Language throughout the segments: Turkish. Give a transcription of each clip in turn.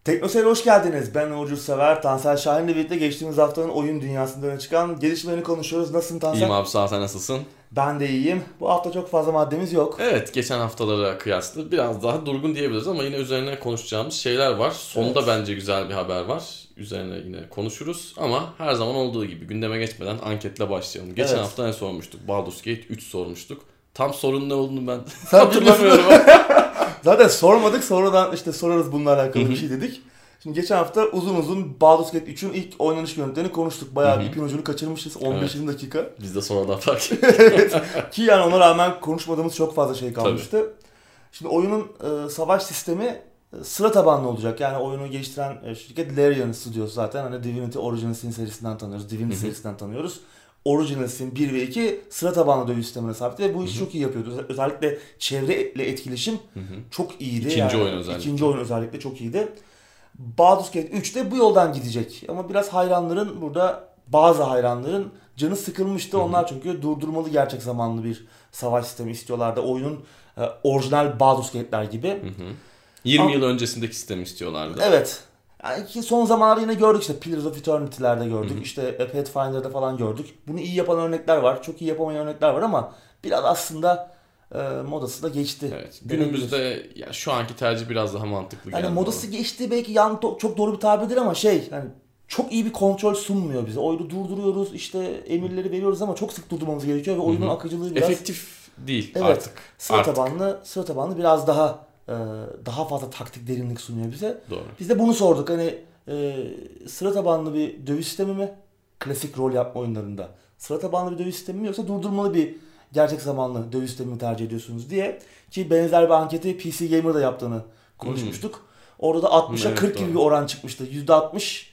Teknoseyir'e hoş geldiniz. Ben Uğur Sever, Tansel Şahin'le birlikte geçtiğimiz haftanın oyun dünyasında öne çıkan gelişmelerini konuşuyoruz. Nasılsın Tansel? İyiyim abi, sağ ol, sen nasılsın? Ben de iyiyim. Bu hafta çok fazla maddemiz yok. Evet, geçen haftalara kıyasla biraz daha durgun diyebiliriz ama yine üzerine konuşacağımız şeyler var. Sonunda bence güzel bir haber var. Üzerine yine konuşuruz ama her zaman olduğu gibi gündeme geçmeden anketle başlayalım. Geçen hafta ne sormuştuk? Baldur's Gate 3 sormuştuk. Tam sorunun ne olduğunu ben hatırlamıyorum. Zaten sormadık, sonradan işte sorarız bununla alakalı bir şey dedik. Şimdi geçen hafta uzun uzun Baldur's Gate 3'ün ilk oynanış görüntülerini konuştuk. Bayağı bir ipin ucunu kaçırmışız. 15-20 dakika. Biz de sonradan fark ettik. Evet. Ki yani ona rağmen konuşmadığımız çok fazla şey kalmıştı. Tabii. Şimdi oyunun savaş sistemi sıra tabanlı olacak. Yani oyunu geliştiren şirket Larian Studios zaten. Hani Divinity Original Sin serisinden tanıyoruz. Divinity serisinden tanıyoruz. Original Sin 1 ve 2 sıra tabanlı dövüş sistemine sahipti ve bu işi çok iyi yapıyordu. Özellikle çevreyle etkileşim çok iyiydi. İkinci oyun özellikle. İkinci oyun özellikle çok iyiydi. Baldur's Gate 3 de bu yoldan gidecek. Ama biraz hayranların burada, bazı hayranların canı sıkılmıştı. Onlar çünkü durdurmalı gerçek zamanlı bir savaş sistemi istiyorlardı. Oyunun orijinal Baldur's Gate'ler gibi. 20 yıl öncesindeki sistemi istiyorlardı. Evet. Yani ki son zamanlarda yine gördük, işte Pillars of Eternity'lerde gördük. İşte Pathfinder'da falan gördük. Bunu iyi yapan örnekler var. Çok iyi yapamayan örnekler var ama biraz aslında modası da geçti. Evet. Günümüzde ya şu anki tercih biraz daha mantıklı geldi. Yani modası geçti belki, çok doğru bir tabir değil ama hani çok iyi bir kontrol sunmuyor bize. Oyunu durduruyoruz, işte emirleri veriyoruz ama çok sık durdurmamız gerekiyor ve oyunun akıcılığı biraz efektif değil artık. Sıra tabanlı biraz daha fazla taktik derinlik sunuyor bize. Doğru. Biz de bunu sorduk. Hani sıra tabanlı bir dövüş sistemi mi? Klasik rol yapma oyunlarında. Sıra tabanlı bir dövüş sistemi mi, yoksa durdurmalı bir gerçek zamanlı dövüş sistemini tercih ediyorsunuz diye, ki benzer bir anketi PC Gamer'da yaptığını konuşmuştuk. Orada da 60'a 40 gibi bir oran çıkmıştı. %60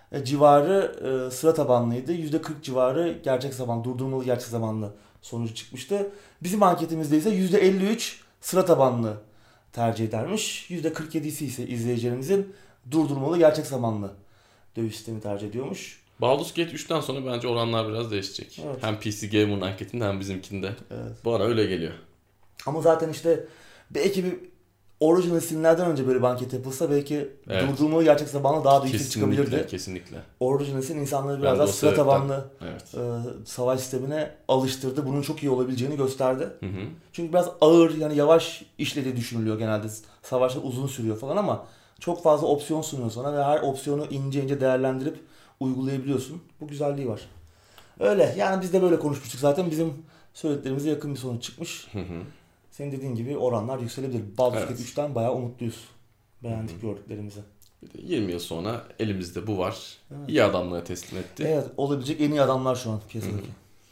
civarı sıra tabanlıydı. %40 civarı durdurmalı gerçek zamanlı sonucu çıkmıştı. Bizim anketimizde ise %53 sıra tabanlı tercih edermiş. %47'si ise izleyicilerimizin durdurmalı gerçek zamanlı dövüş sistemi tercih ediyormuş. Baldur's Gate 3'ten sonra bence oranlar biraz değişecek. Evet. Hem PC Gamer'ın anketinde hem bizimkinde. Evet. Bu ara öyle geliyor. Ama zaten işte belki bir Original Sin'lerden önce böyle bir anket yapılsa belki durdurmalı gerçek zamanlı daha da yüksek çıkabilirdi. Kesinlikle. Original Sin insanları biraz daha sıra tabanlı savaş sistemine alıştırdı. Bunun çok iyi olabileceğini gösterdi. Çünkü biraz ağır, yani yavaş işlediği düşünülüyor genelde. Savaşlar uzun sürüyor falan ama çok fazla opsiyon sunuyor sana ve her opsiyonu ince ince değerlendirip uygulayabiliyorsun. Bu güzelliği var. Öyle. Yani biz de böyle konuşmuştuk zaten. Bizim söylediklerimize yakın bir sonuç çıkmış. Senin dediğin gibi oranlar yükselebilir. Baldur's Gate 3'ten bayağı umutluyuz. Beğendik gördüklerimizi. 20 yıl sonra elimizde bu var. Evet. İyi adamlara teslim etti. Evet, olabilecek en iyi adamlar şu an piyasadaki.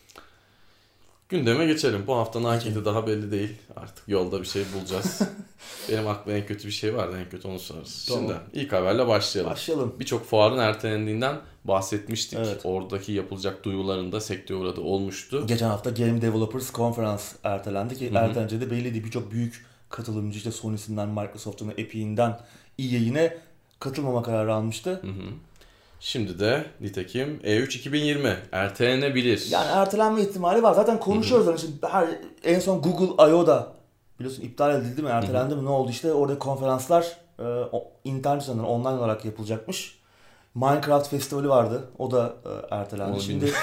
Gündeme geçelim. Bu haftanın anketi daha belli değil. Artık yolda bir şey bulacağız. Benim aklımda en kötü bir şey vardı. En kötü onu sorarız. Tamam. Şimdi ilk haberle başlayalım. Birçok fuarın ertelendiğinden bahsetmiştik. Evet. Oradaki yapılacak duyuruların da sekteye uğradığı olmuştu. Geçen hafta Game Developers Conference ertelendi ki ertelince de belliydi. Birçok büyük katılımcı, işte Sony'sinden, Microsoft'un, Epic'inden EA'ine katılmama kararı almıştı. Şimdi de nitekim E3 2020 ertelenebilir. Yani ertelenme ihtimali var. Zaten konuşuyoruz. Yani şimdi en son Google I.O.'da biliyorsun iptal edildi mi, ertelendi mi, ne oldu, işte orada konferanslar internet üzerinden online olarak yapılacakmış. Minecraft Festivali vardı. O da ertelendi. Şimdi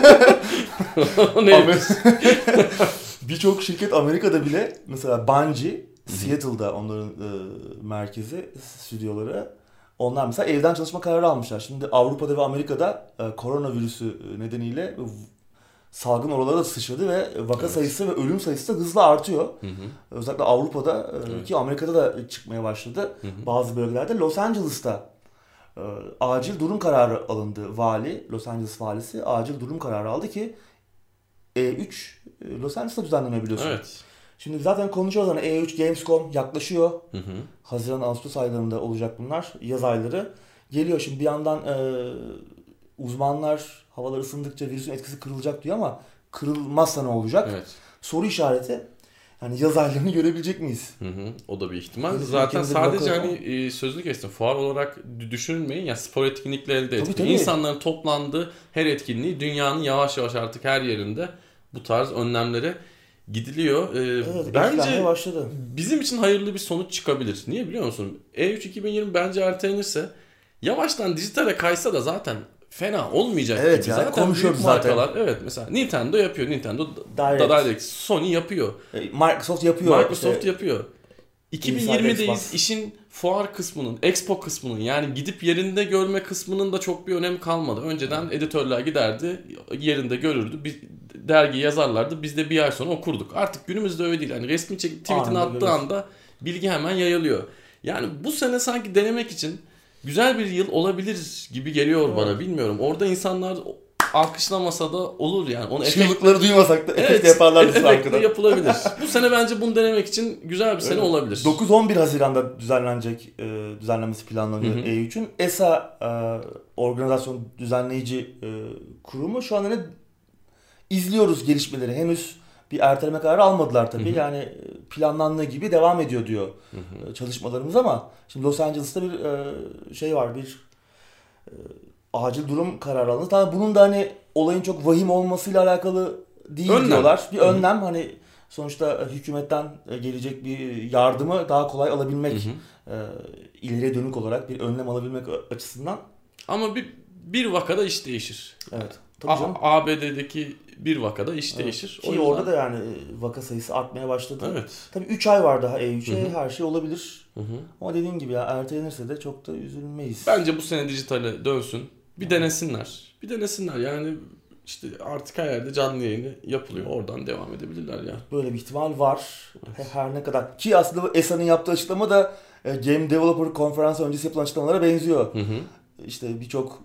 birçok şirket Amerika'da bile, mesela Bungie, Seattle'da onların merkezi, stüdyoları. Onlar mesela evden çalışma kararı almışlar. Şimdi Avrupa'da ve Amerika'da koronavirüsü nedeniyle salgın oralara da sıçradı ve vaka sayısı ve ölüm sayısı da hızla artıyor. Özellikle Avrupa'da ki Amerika'da da çıkmaya başladı. Bazı bölgelerde Los Angeles'ta acil durum kararı alındı. Los Angeles valisi acil durum kararı aldı ki E3 Los Angeles'ta düzenleniyor biliyorsun. Evet. Şimdi zaten konuşuyoruz, hani E3 Gamescom yaklaşıyor. Haziran-Ağustos aylarında olacak bunlar. Yaz ayları geliyor. Şimdi bir yandan uzmanlar havalar ısındıkça virüsün etkisi kırılacak diyor ama kırılmazsa ne olacak? Evet. Soru işareti. Yani yaz aylarını görebilecek miyiz? O da bir ihtimal. Zaten sadece hani sözünü kestim. Fuar olarak düşünmeyin ya, spor etkinlikleri de etkili. İnsanların toplandığı her etkinliği dünyanın yavaş yavaş artık her yerinde bu tarz önlemleri gidiliyor. Evet, Bence başladı. bizim için hayırlı bir sonuç çıkabilir. Niye biliyor musun? E3 2020 bence ertelenirse yavaştan dijitale kaysa da zaten fena olmayacak Evet, gibi. yani Zaten konuşuyoruz büyük markalar, evet, mesela Nintendo yapıyor. Nintendo Direct. Sony yapıyor. Microsoft yapıyor. Microsoft yapıyor. Inside 2020'deyiz. Xbox. İşin fuar kısmının, expo kısmının, yani gidip yerinde görme kısmının da çok bir önemi kalmadı. Önceden editörler giderdi, yerinde görürdü. Dergi yazarlardı. Biz de bir ay sonra okurduk. Artık günümüzde öyle değil. Yani resmi çekip tweetini attığı anda bilgi hemen yayılıyor. Yani bu sene sanki denemek için güzel bir yıl olabilir gibi geliyor bana. Bilmiyorum. Orada insanlar alkışlamasa da olur yani. Onu çığlıkları duymasak da efekt yaparlar bizim arkadan. yapılabilir. Bu sene bence bunu denemek için güzel bir sene olabilir. 9-11 Haziran'da düzenlenmesi planlanıyor E3'ün. ESA organizasyon düzenleyici kurumu şu an hani izliyoruz gelişmeleri. Henüz bir erteleme kararı almadılar tabii. Yani planlandığı gibi devam ediyor diyor çalışmalarımız ama şimdi Los Angeles'ta bir şey var, bir acil durum kararı alındı. Tabii bunun da hani olayın çok vahim olmasıyla alakalı değil diyorlar. Bir önlem, hani sonuçta hükümetten gelecek bir yardımı daha kolay alabilmek, ileriye dönük olarak bir önlem alabilmek açısından. Ama bir vakada iş değişir. Evet. Tabii canım. ABD'deki bir vakada iş değişir. Ki orada da yani vaka sayısı artmaya başladı. Evet. Tabii 3 ay var daha E3'e, her şey olabilir. Ama dediğin gibi ya ertelenirse de çok da üzülmeyiz. Bence bu sene dijitale dönsün. Bir denesinler. Bir denesinler yani, işte artık her yerde canlı yayını yapılıyor. Oradan devam edebilirler ya. Böyle bir ihtimal var. Evet. Her ne kadar. Ki aslında ESA'nın yaptığı açıklama da Game Developer Konferansı öncesi yapılan açıklamalara benziyor. İşte birçok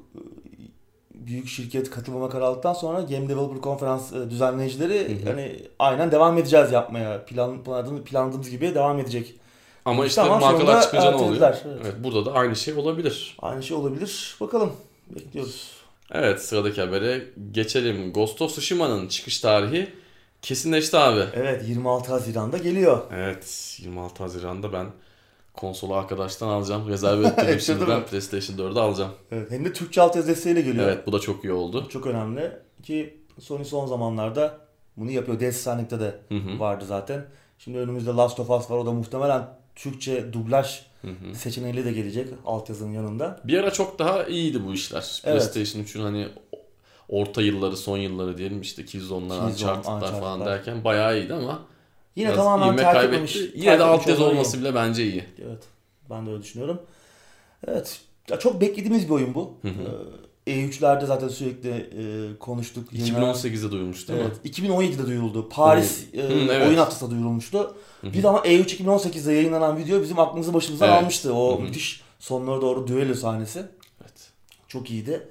büyük şirket katılmama kararı aldıktan sonra Game Developer Konferans düzenleyicileri hani aynen devam edeceğiz yapmaya. Planladığımız gibi devam edecek. Ama işte markalar çıkınca ne oluyor? Evet, burada da aynı şey olabilir. Aynı şey olabilir. Bakalım. Bekliyoruz. Evet, sıradaki habere geçelim. Ghost of Tsushima'nın çıkış tarihi kesinleşti abi. Evet, 26 Haziran'da geliyor. Evet, 26 Haziran'da ben konsolu arkadaştan alacağım. Rezerve ettirdim şimdiden, PlayStation 4'ü alacağım. Evet, hem de Türkçe altyazı desteğiyle geliyor. Evet, bu da çok iyi oldu. Çok önemli ki Sony son zamanlarda bunu yapıyor. Death Stranding'de de vardı zaten. Şimdi önümüzde Last of Us var. O da muhtemelen Türkçe dublaj seçeneğiyle de gelecek altyazının yanında. Bir ara çok daha iyiydi bu işler. Evet. PlayStation 3'ün hani orta yılları, son yılları diyelim, işte Killzone'lar, Uncharted'lar falan derken bayağı iyiydi ama yine tamamen terk etmemiş. Yine de altyazı olması bile bence iyi. Evet. Ben de öyle düşünüyorum. Evet. Çok beklediğimiz bir oyun bu. E3'lerde zaten sürekli konuştuk. 2018'de duyulmuştu değil mi? Evet. 2017'de duyuruldu. Paris oyun haftasında duyurulmuştu. Bir ama E3 2018'de yayınlanan video bizim aklımızı başımızdan almıştı. O müthiş sonlara doğru düello sahnesi. Evet. Çok iyiydi.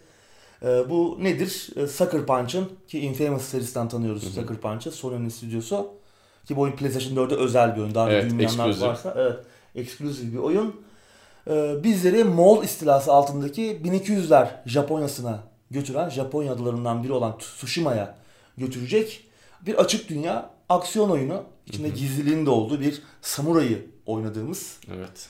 Bu nedir? Sucker Punch'ın, ki Infamous serisinden tanıyoruz Sucker Punch'ı. Sony'nin stüdyosu. Ki bu oyun PlayStation 4'e özel bir oyun. Daha da duymayanlar varsa. Evet. Exclusive bir oyun. Bizleri Moğol istilası altındaki 1200'ler Japonya'sına götüren, Japonya adalarından biri olan Tsushima'ya götürecek bir açık dünya aksiyon oyunu. İçinde gizliliğin de olduğu bir samurayı oynadığımız. Evet.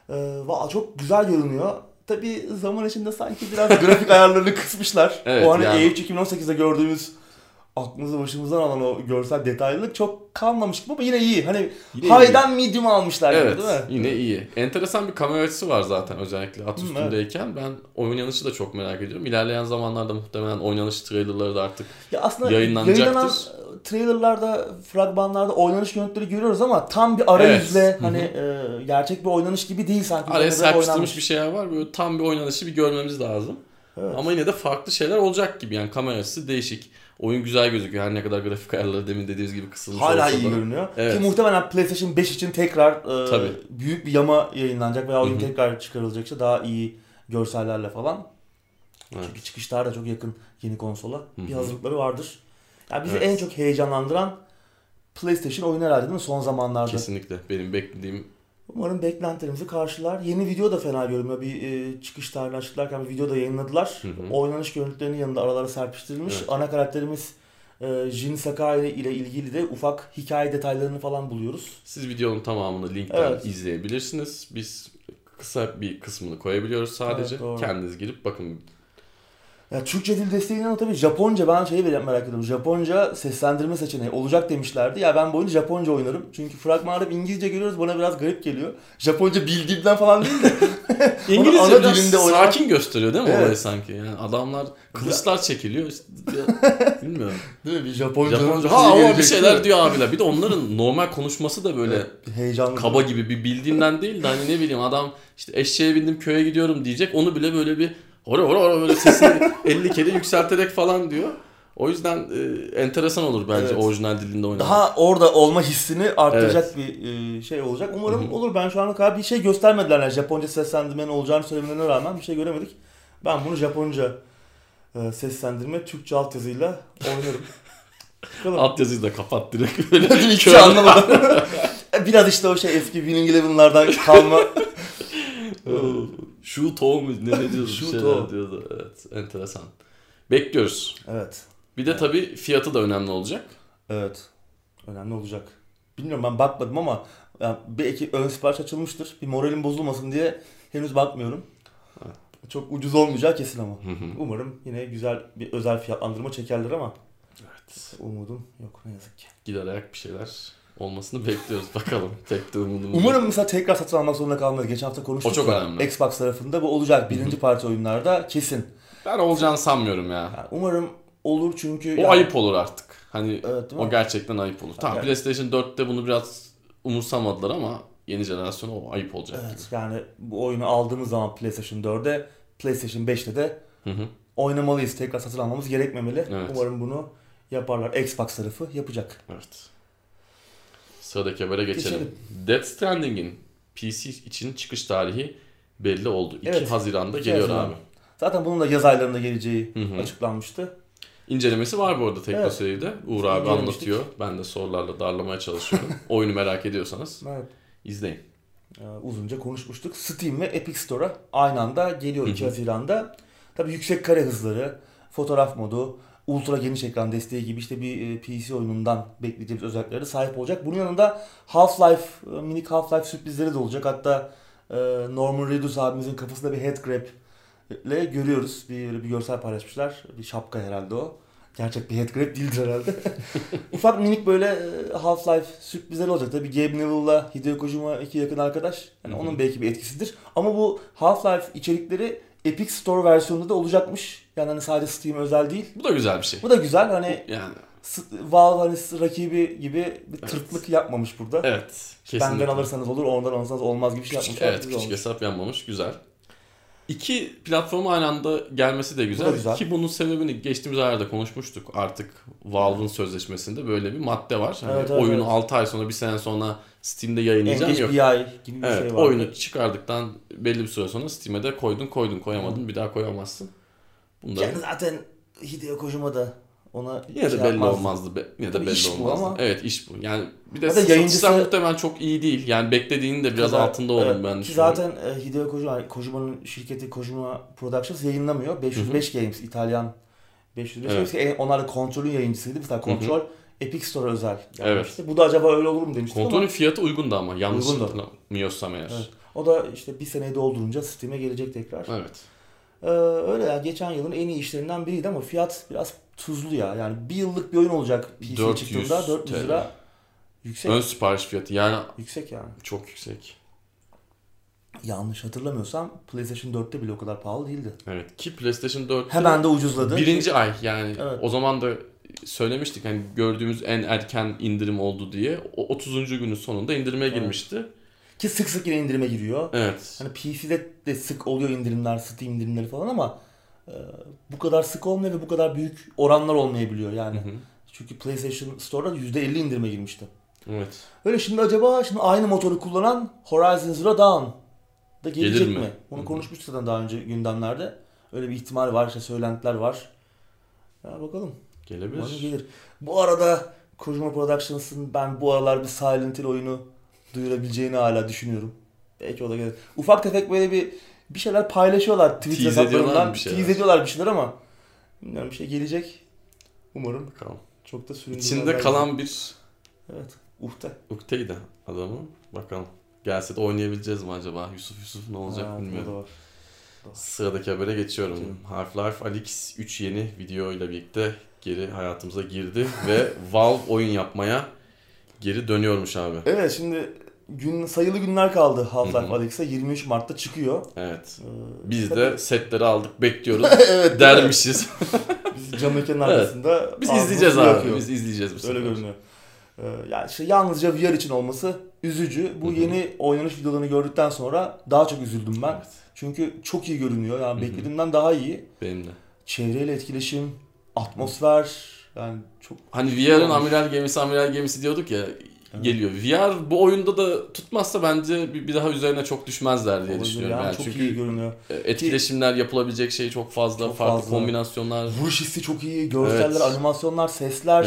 Çok güzel görünüyor. Tabii zaman içinde sanki biraz grafik ayarlarını kısmışlar. Evet, o hani yani. E3 2018'de gördüğümüz, aklımızı başımızdan alan o görsel detaylılık çok kalmamış gibi ama yine iyi. Hani high'dan medium almışlar gibi, değil mi? Yine iyi. Enteresan bir kamera açısı var zaten, özellikle at üstündeyken. Ben oynanışı da çok merak ediyorum. İlerleyen zamanlarda muhtemelen oynanış trailerları da artık yayınlanacaktır. Trailerlarda, fragmanlarda oynanış görüntüleri görüyoruz ama tam bir arayüzle hani gerçek bir oynanış gibi değil sanki. Araya serpiştirmiş bir şeyler var. Böyle tam bir oynanışı bir görmemiz lazım. Evet. Ama yine de farklı şeyler olacak gibi. Yani kamera açısı değişik. Oyun güzel gözüküyor. Her ne kadar grafik ayarları demin dediğimiz gibi kısılmış olsa da. Hala iyi görünüyor. Evet. Ki muhtemelen PlayStation 5 için tekrar büyük bir yama yayınlanacak veya oyun tekrar çıkarılacaksa daha iyi görsellerle falan. Evet. Çünkü çıkışlar da çok yakın yeni konsola. Bir hazırlıkları vardır. Yani bizi en çok heyecanlandıran PlayStation oyunu herhalde, değil mi, son zamanlarda? Kesinlikle. Benim beklediğim. Umarım beklentilerimizi karşılar. Yeni video da fena görünmüyor. Bir çıkış tarihini açıklarken bir video da yayınladılar. Oynanış görüntülerinin yanında aralara serpiştirilmiş. Evet. Ana karakterimiz Jin Sakai ile ilgili de ufak hikaye detaylarını falan buluyoruz. Siz videonun tamamını linkten izleyebilirsiniz. Biz kısa bir kısmını koyabiliyoruz sadece. Evet, kendiniz girip bakın. Ya Türkçe dil desteğinden ama tabii Japonca ben merak ediyorum. Japonca seslendirme seçeneği olacak demişlerdi. Ya ben bu oyunu Japonca oynarım. Çünkü fragmanı İngilizce görüyoruz bana biraz garip geliyor. Japonca bildiğimden falan değil de. İngilizce ana biraz dilinde sakin gösteriyor değil mi Evet. olayı sanki? Yani adamlar kılıçlar çekiliyor. İşte, bilmiyorum. Değil mi? Bir Japonca. Japonca ama bir şeyler diyor abiler. Bir de onların normal konuşması da böyle heyecanlı. kaba gibi bir bildiğimden değil de hani ne bileyim adam işte eşeğe bindim köye gidiyorum diyecek. Onu bile böyle bir hora böyle sesini 50 kere yükselterek falan diyor. O yüzden enteresan olur bence orijinal dilinde oynamak. Daha orada olma hissini arttıracak bir şey olacak. Umarım olur. Ben şu ana kadar bir şey göstermediler. Yani Japonca seslendirmenin olacağını söylemelerine rağmen bir şey göremedik. Ben bunu Japonca seslendirme Türkçe altyazıyla oynarım. Altyazıyı da kapat direkt böyle. Hiçbir şey anlamadım. Biraz işte o şey eski Winning Eleven'lardan kalma. Shoot home ne diyordu? Shoot şeyler home. diyordu. Evet, enteresan. Bekliyoruz. Evet. Bir de tabii fiyatı da önemli olacak. Evet. Önemli olacak. Bilmiyorum ben bakmadım ama yani belki ön sipariş açılmıştır. Bir moralim bozulmasın diye henüz bakmıyorum. Evet. Çok ucuz olmayacağı kesin ama. Umarım yine güzel bir özel fiyatlandırma çekerler ama. Evet. Umudum yok ne yazık ki. Gider ayak bir şeyler olmasını bekliyoruz. Bakalım. Tek de umudumuz. Umarım mesela tekrar satın almak zorunda kalmayız. Geçen hafta konuştuk. O çok önemli. Xbox tarafında bu olacak. Birinci parti oyunlarda kesin. Ben olacağını sanmıyorum ya. Yani umarım olur çünkü... O ayıp olur artık. Hani evet, o gerçekten ayıp olur. Tamam PlayStation 4'te bunu biraz umursamadılar ama yeni jenerasyona o ayıp olacak. Evet gibi. yani bu oyunu aldığımız zaman PlayStation 4'e, PlayStation 5'te de oynamalıyız. Tekrar satın almamız gerekmemeli. Evet. Umarım bunu yaparlar. Xbox tarafı yapacak. Evet. Sıradaki habere geçelim. Death Stranding'in PC için çıkış tarihi belli oldu. 2 Haziran'da geliyor abi. Zaten bunun da yaz aylarında geleceği açıklanmıştı. İncelemesi var bu arada TeknoSeyir'de. Uğur abi anlatıyor. Ben de sorularla darlamaya çalışıyorum. Oyunu merak ediyorsanız izleyin. Uzunca konuşmuştuk. Steam ve Epic Store'a aynı anda geliyor 2 Haziran'da. Tabii yüksek kare hızları, fotoğraf modu, ultra geniş ekran desteği gibi işte bir PC oyunundan bekleyeceğimiz özelliklere sahip olacak. Bunun yanında Half-Life, minik Half-Life sürprizleri de olacak. Hatta Norman Reedus abimizin kafasında bir headcrab ile görüyoruz. Bir görsel paylaşmışlar. Bir şapka herhalde o. Gerçek bir headcrab değildir herhalde. Ufak minik böyle Half-Life sürprizleri olacak. Tabii Gabe Newell'la Hideo Kojima iki yakın arkadaş. Yani onun belki bir etkisidir. Ama bu Half-Life içerikleri Epic Store versiyonunda da olacakmış. Yani hani sadece Steam özel değil. Bu da güzel bir şey. Bu da güzel. Hani yani Valve hani rakibi gibi bir tırtlık yapmamış burada. Evet. Kesinlikle. Benden alırsanız olur, ondan alırsanız olmaz gibi bir şey yapmışlar. Evet, küçük hesap yanmamış. Güzel. İki platforma aynı anda gelmesi de güzel. güzel. Ki bunun sebebini geçtiğimiz aylarda konuşmuştuk. Artık Valve'ın sözleşmesinde böyle bir madde var. Hani oyunu 6 ay sonra, bir sene sonra Steam'de yayınlayacağım yok. Bir ay gibi bir şey var. Oyunu çıkardıktan belli bir süre sonra Steam'e de koydun koyamadın bir daha koyamazsın. Bunda yani zaten Hideo Kojima da ona yine de belli olmazdı. Yine de belli olmazdı. Ama... Evet, iş bu. Yani bir de satışlar muhtemelen çok iyi değil. Yani beklediğinin de biraz altında oldum ben düşünüyorum. Zaten Hideo Kojima'nın şirketi Kojima Productions yayınlamıyor. 505 Games, İtalyan 505 Games. Onlar da Control'ün yayıncısıydı. Mesela Control Epic Store özel gelmişti. Bu da acaba öyle olur mu demiştim Control'ün fiyatı uygundu ama yanlış hatırlamıyorsam eğer. Evet. O da işte bir seneyi doldurunca Steam'e gelecek tekrar. Evet. Öyle ya, geçen yılın en iyi işlerinden biriydi ama fiyat biraz tuzlu ya. Yani bir yıllık bir oyun olacak PC çıktığında 400 lira yüksek. Ön sipariş fiyatı yani. Yüksek yani. Çok yüksek. Yanlış hatırlamıyorsam PlayStation 4'te bile o kadar pahalı değildi. Evet, ki PlayStation 4'te hemen de ucuzladı. Birinci ay yani o zaman da söylemiştik hani gördüğümüz en erken indirim oldu diye. O 30. günün sonunda indirime girmişti. Ki sık sık yine indirime giriyor. Evet. Hani PC'de de sık oluyor indirimler, Steam indirimleri falan ama bu kadar sık olmuyor ve bu kadar büyük oranlar olmayabiliyor yani. Çünkü PlayStation Store'da %50 indirime girmişti. Evet. Öyle şimdi acaba aynı motoru kullanan Horizon Zero Dawn da gelecek mi? Onu konuşmuştuk zaten daha önce gündemlerde. Öyle bir ihtimal var, işte söylentiler var. Ya bakalım. Gelebilir. Umarım gelir. Bu arada Kojima Productions'ın ben bu aralar bir Silent Hill oyunu duyurabileceğini hala düşünüyorum. Belki o da gelir. Ufak tefek böyle bir şeyler paylaşıyorlar Twitter hesaplarından. Tease ediyorlar bir şeyler ama bilmiyorum, bir şey gelecek. Umarım. Bakalım. Çok da süründürmezler. İçinde kalan bir Uhteydi adamın. Bakalım. Gelse de oynayabileceğiz mi acaba? Yusuf ne olacak bilmiyorum. Sıradaki habere geçiyorum. Half-Life Alyx 3 yeni video ile birlikte geri hayatımıza girdi ve Valve oyun yapmaya geri dönüyormuş abi. Evet, şimdi sayılı günler kaldı Half-Life Alyx'e. 23 Mart'ta çıkıyor. Evet. Biz de setleri aldık, bekliyoruz evet, dermişiz. Biz cam mekanın arkasında biz izleyeceğiz abi. Yakıyor. Biz izleyeceğiz bu sefer. Öyle görünüyor. Yani yalnızca VR için olması üzücü. Bu yeni oynanış videolarını gördükten sonra daha çok üzüldüm ben. Evet. Çünkü çok iyi görünüyor. Yani beklediğimden daha iyi. Benim de. Çevreyle etkileşim, atmosfer, yani çok... Hani VR'ın amiral gemisi diyorduk ya, evet. Geliyor. VR bu oyunda da tutmazsa bence bir daha üzerine çok düşmezler diye düşünüyorum. Yani çok çünkü iyi görünüyor. Etkileşimler, yapılabilecek şey çok fazla, farklı kombinasyonlar. Vuruş hissi çok iyi, görseller, animasyonlar, sesler,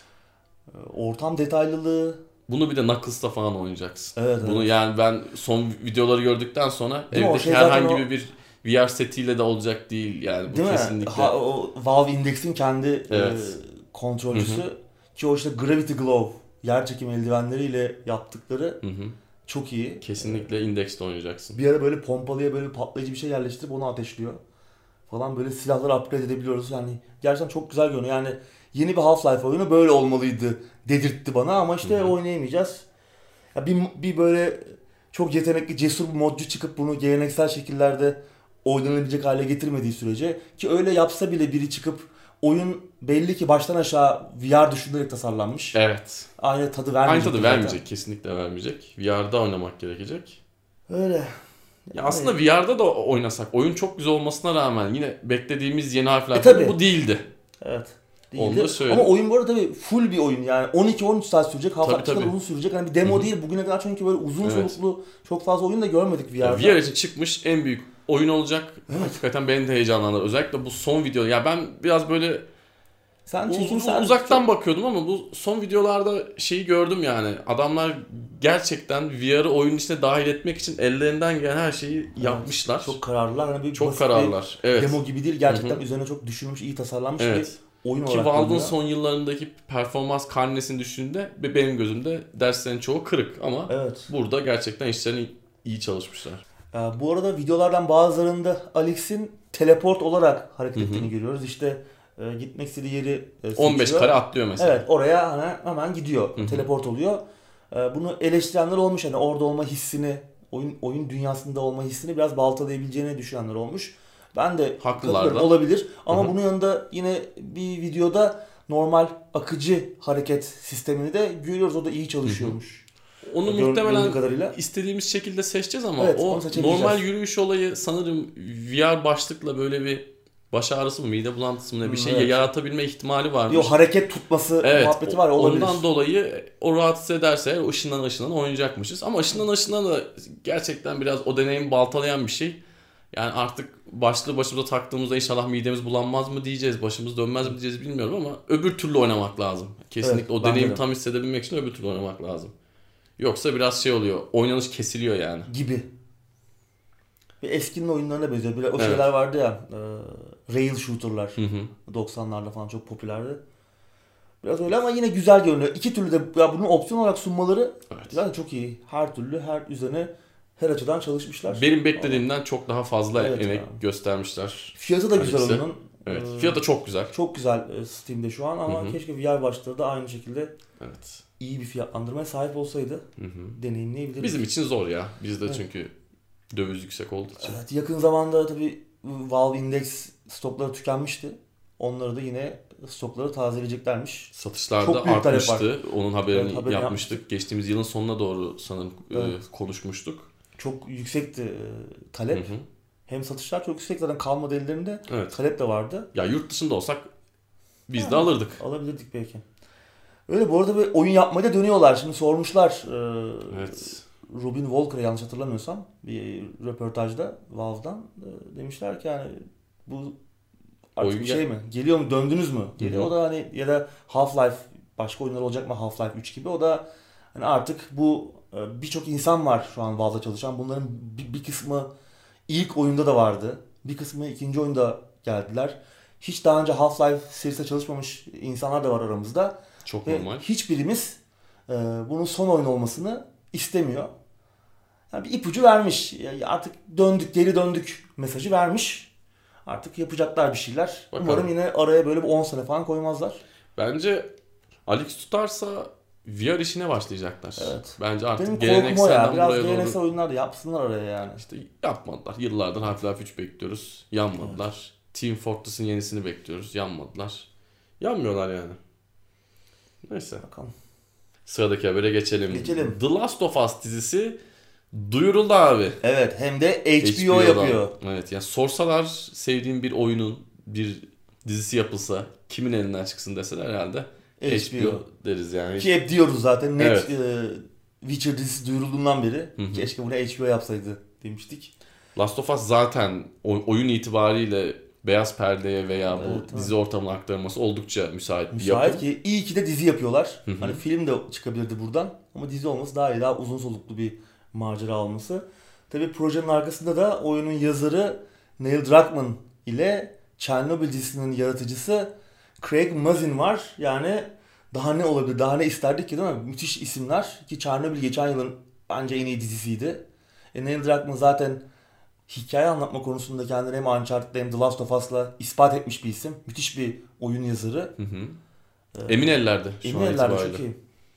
ortam detaylılığı. Bunu bir de Knuckles'ta falan oynayacaksın. Evet, bunu yani ben son videoları gördükten sonra evdeki herhangi bir VR setiyle de olacak değil yani bu değil kesinlikle. O Valve Index'in kendi kontrolcüsü ki o Gravity Glove yerçekim eldivenleriyle yaptıkları çok iyi. Kesinlikle Index'te oynayacaksın. Bir ara böyle pompalıya böyle patlayıcı bir şey yerleştirip onu ateşliyor falan, böyle silahları upgrade edebiliyoruz. Yani gerçekten çok güzel görünüyor. Yani yeni bir Half-Life oyunu böyle olmalıydı dedirtti bana ama oynayamayacağız. Ya bir böyle çok yetenekli, cesur bir modcu çıkıp bunu geleneksel şekillerde oynanabilecek hale getirmediği sürece, ki öyle yapsa bile biri çıkıp oyun belli ki baştan aşağı VR düşünülerek tasarlanmış. Evet. Aynı tadı vermeyecek. Aynı tadı vermeyecek. Kesinlikle vermeyecek. VR'da oynamak gerekecek. Öyle. Ya aslında VR'da da oynasak, oyun çok güzel olmasına rağmen yine beklediğimiz yeni Half-Life bu değildi. Evet. Değildi. Ama oyun bu arada tabii full bir oyun yani 12-13 saat sürecek, Half-Life kadar uzun sürecek. Yani bir demo değil bugüne kadar, çünkü böyle uzun soluklu çok fazla oyun da görmedik VR'da. VR için çıkmış en büyük oyun olacak. Evet. Hakikaten beni de heyecanlandırdı. Özellikle bu son video. Ya ben biraz böyle uzaktan bakıyordum ama bu son videolarda şeyi gördüm yani. Adamlar gerçekten VR'ı oyunun içine dahil etmek için ellerinden gelen her şeyi yapmışlar. Çok kararlılar. Yani çok kararlılar. Evet. Demo gibi değil. Gerçekten üzerine çok düşünülmüş, iyi tasarlanmış bir oyun olarak. Ki Valve'ın son yıllarındaki performans karnesini düşündüğünde benim gözümde derslerin çoğu kırık ama burada gerçekten işlerini iyi çalışmışlar. Bu arada videolardan bazılarında Alyx'in teleport olarak hareket ettiğini görüyoruz. İşte gitmek istediği yeri 15 kare atlıyor mesela. Evet, oraya hemen gidiyor. Teleport oluyor. Bunu eleştirenler olmuş. Hani orada olma hissini, oyun dünyasında olma hissini biraz baltalayabileceğini düşünenler olmuş. Ben de haklılar da olabilir. Ama bunun yanında yine bir videoda normal akıcı hareket sistemini de görüyoruz. O da iyi çalışıyormuş. Onu muhtemelen istediğimiz şekilde seçeceğiz ama o normal yürüyüş olayı sanırım VR başlıkla böyle bir baş ağrısı mı, mide bulantısı mı ne bir şey yaratabilme ihtimali varmış. Yok, hareket tutması muhabbeti var ya, olabilir. Ondan dolayı o rahatsız ederse ışından oynayacakmışız. Ama ışından da gerçekten biraz o deneyimi baltalayan bir şey. Yani artık başlığı başımıza taktığımızda inşallah midemiz bulanmaz mı diyeceğiz, başımız dönmez mi diyeceğiz bilmiyorum ama öbür türlü oynamak lazım. Kesinlikle o deneyimi tam hissedebilmek için öbür türlü oynamak lazım. Yoksa biraz şey oluyor, oynanış kesiliyor yani. Gibi. Ve eskinin oyunlarına benziyor. O şeyler vardı ya, rail shooter'lar. 90'larda falan çok popülerdi. Biraz öyle ama yine güzel görünüyor. İki türlü de bunu opsiyon olarak sunmaları zaten çok iyi. Her türlü, her üzerine, her açıdan çalışmışlar. Benim beklediğimden çok daha fazla emek göstermişler. Fiyatı da güzel oyunun. Evet. Fiyatı da çok güzel. Çok güzel Steam'de şu an ama keşke VR başlığı da aynı şekilde iyi bir fiyatlandırmaya sahip olsaydı deneyimleyebilirdik. Bizim için zor ya. Bizde çünkü döviz yüksek olduğu için. Evet, yakın zamanda tabii Valve Index stokları tükenmişti. Onları da yine stokları tazeleyeceklermiş. Satışlarda artmıştı. Onun haberini yapmıştık. Geçtiğimiz yılın sonuna doğru sanırım konuşmuştuk. Çok yüksekti talep. Hem satışlar çok yüksek, zaten kalmadı ellerinde. Talep de vardı. Ya yurt dışında olsak biz de alırdık. Alabilirdik belki. Öyle, bu arada bir oyun yapmaya da dönüyorlar. Şimdi sormuşlar. Robin Walker'a, yanlış hatırlamıyorsam, bir röportajda Valve'dan demişler ki yani bu artık bir şey mi? Geliyor mu? Döndünüz mü? Geliyor. O da hani, ya da Half-Life, başka oyunlar olacak mı Half-Life 3 gibi, o da hani artık bu birçok insan var şu an Valve'da çalışan. Bunların bir kısmı ilk oyunda da vardı. Bir kısmı ikinci oyunda geldiler. Hiç daha önce Half-Life serisinde çalışmamış insanlar da var aramızda. Çok normal. Hiçbirimiz bunun son oyun olmasını istemiyor. Yani bir ipucu vermiş. Yani artık geri döndük mesajı vermiş. Artık yapacaklar bir şeyler. Bakalım. Umarım yine araya böyle bir 10 sene falan koymazlar. Bence Alex tutarsa VR işine başlayacaklar. Evet. Bence artık Benim korkum o ya. gelenekselden Biraz buraya geleneksel doğru. oyunlar da yapsınlar araya yani. İşte yapmadılar. Yıllardır Half-Life 3 bekliyoruz. Yanmadılar. Team Fortress'ın yenisini bekliyoruz. Yanmadılar. Yanmıyorlar yani. Neyse. Bakalım. Sıradaki habere geçelim. Geçelim. The Last of Us dizisi duyuruldu abi. Evet, hem de HBO HBO'dan. yapıyor. Evet, yani sorsalar sevdiğim bir oyunun bir dizisi yapılsa kimin elinden çıksın deseler herhalde HBO deriz yani. Ki hep diyoruz zaten. Evet. Witcher dizisi duyurulduğundan beri. Hı. Keşke bunu HBO yapsaydı demiştik. Last of Us zaten oyun itibariyle beyaz perdeye veya bu Evet, dizi ortamına aktarılması oldukça müsait bir Müsait yapım. ki iyi ki de dizi yapıyorlar. Hı hı. Hani film de çıkabilirdi buradan. Ama dizi olması daha iyi, daha uzun soluklu bir macera olması. Tabii projenin arkasında da oyunun yazarı Neil Druckmann ile Chernobyl dizisinin yaratıcısı Craig Mazin var. Yani daha ne olabilir, daha ne isterdik ki değil mi? Müthiş isimler ki Chernobyl geçen yılın bence en iyi dizisiydi. Neil Druckmann zaten hikaye anlatma konusunda kendini hem Uncharted hem The Last of Us'la ispat etmiş bir isim. Müthiş bir oyun yazarı. Hı hı. Emin ellerde şu Emin an ellerde itibariyle. çok iyi.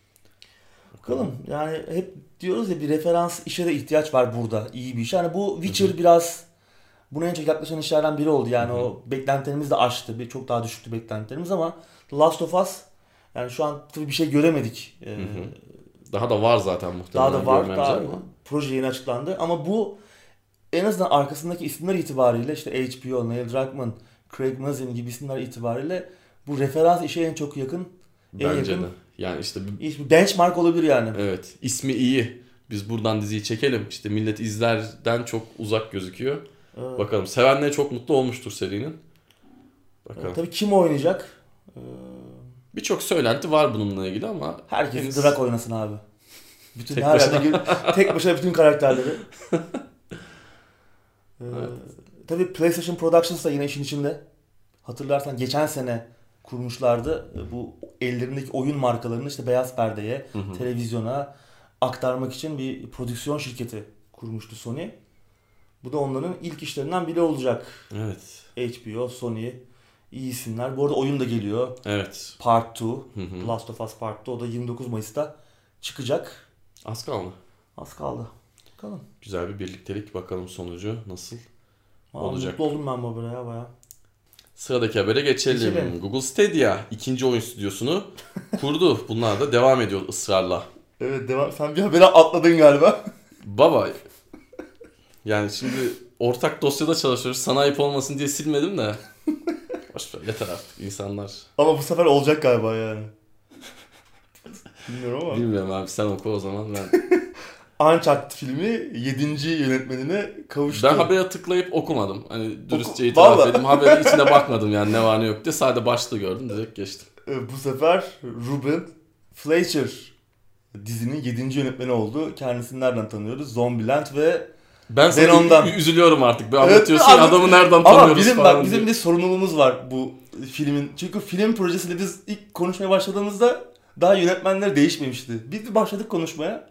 Bakalım yani hep diyoruz ya bir referans işe de ihtiyaç var burada. İyi bir iş. Yani bu Witcher biraz buna en çok yaklaşan işlerden biri oldu. Yani o beklentilerimizi de aştı. Çok daha düşüktü beklentilerimiz ama The Last of Us yani şu an tabii bir şey göremedik. Daha da var zaten muhtemelen. Daha da var. görmemiz Daha ama. proje yeni açıklandı. Ama bu en azından arkasındaki isimler itibariyle işte HBO, Neil Druckmann, Craig Mazin gibi isimler itibariyle bu referans işe en çok yakın. Bence yakın de. Yani işte bir benchmark olabilir yani. evet, ismi iyi. Biz buradan diziyi çekelim. İşte millet izlerden çok uzak gözüküyor. Evet. Bakalım. Sevenler çok mutlu olmuştur serinin. Bakalım. Tabii kim oynayacak? Birçok söylenti var bununla ilgili ama Herkes henüz Drak oynasın abi. Bütün Tek her başına. yerde tek başına bütün karakterleri. Evet. Tabii PlayStation Productions da yine işin içinde. Hatırlarsan geçen sene kurmuşlardı. Bu ellerindeki oyun markalarını işte beyaz perdeye, televizyona aktarmak için bir prodüksiyon şirketi kurmuştu Sony. Bu da onların ilk işlerinden biri olacak. Evet. HBO, Sony, iyi isimler. Bu arada oyun da geliyor. Evet. Part 2, Last of Us Part 2. O da 29 Mayıs'ta çıkacak. Az kaldı. Az kaldı. Bakalım. Güzel bir birliktelik. Bakalım sonucu nasıl Vallahi olacak. mutlu oldum ben bu habere ya bayağı. Sıradaki habere geçelim. Google Stadia ikinci oyun stüdyosunu kurdu. Bunlar da devam ediyor ısrarla. Evet devam. Sen bir habere atladın galiba. Baba yani şimdi ortak dosyada çalışıyoruz. Sana ayıp olmasın diye silmedim de. Boşver yeter artık insanlar. Ama bu sefer olacak galiba yani. Bilmiyorum ama. Bilmiyorum abi sen oku o zaman ben. Uncharted filmi 7. yönetmenine kavuştu. Ben habere tıklayıp okumadım. Hani dürüstçe itiraf Vallahi. edeyim. Haberin içine bakmadım yani ne var ne yok diye. Sadece başlığı gördüm direkt geçtim. Bu sefer Ruben Fleischer dizinin 7. yönetmeni oldu. Kendisini nereden tanıyoruz? Zombieland ve Ben sana Venom'dan. üzülüyorum artık. Bir Evet, anlatıyorsun ya, adamı nereden ama tanıyoruz bizim falan bak bizim diye. de sorumluluğumuz var bu filmin. Çünkü film projesiyle biz ilk konuşmaya başladığımızda daha yönetmenler değişmemişti. Biz bir başladık konuşmaya.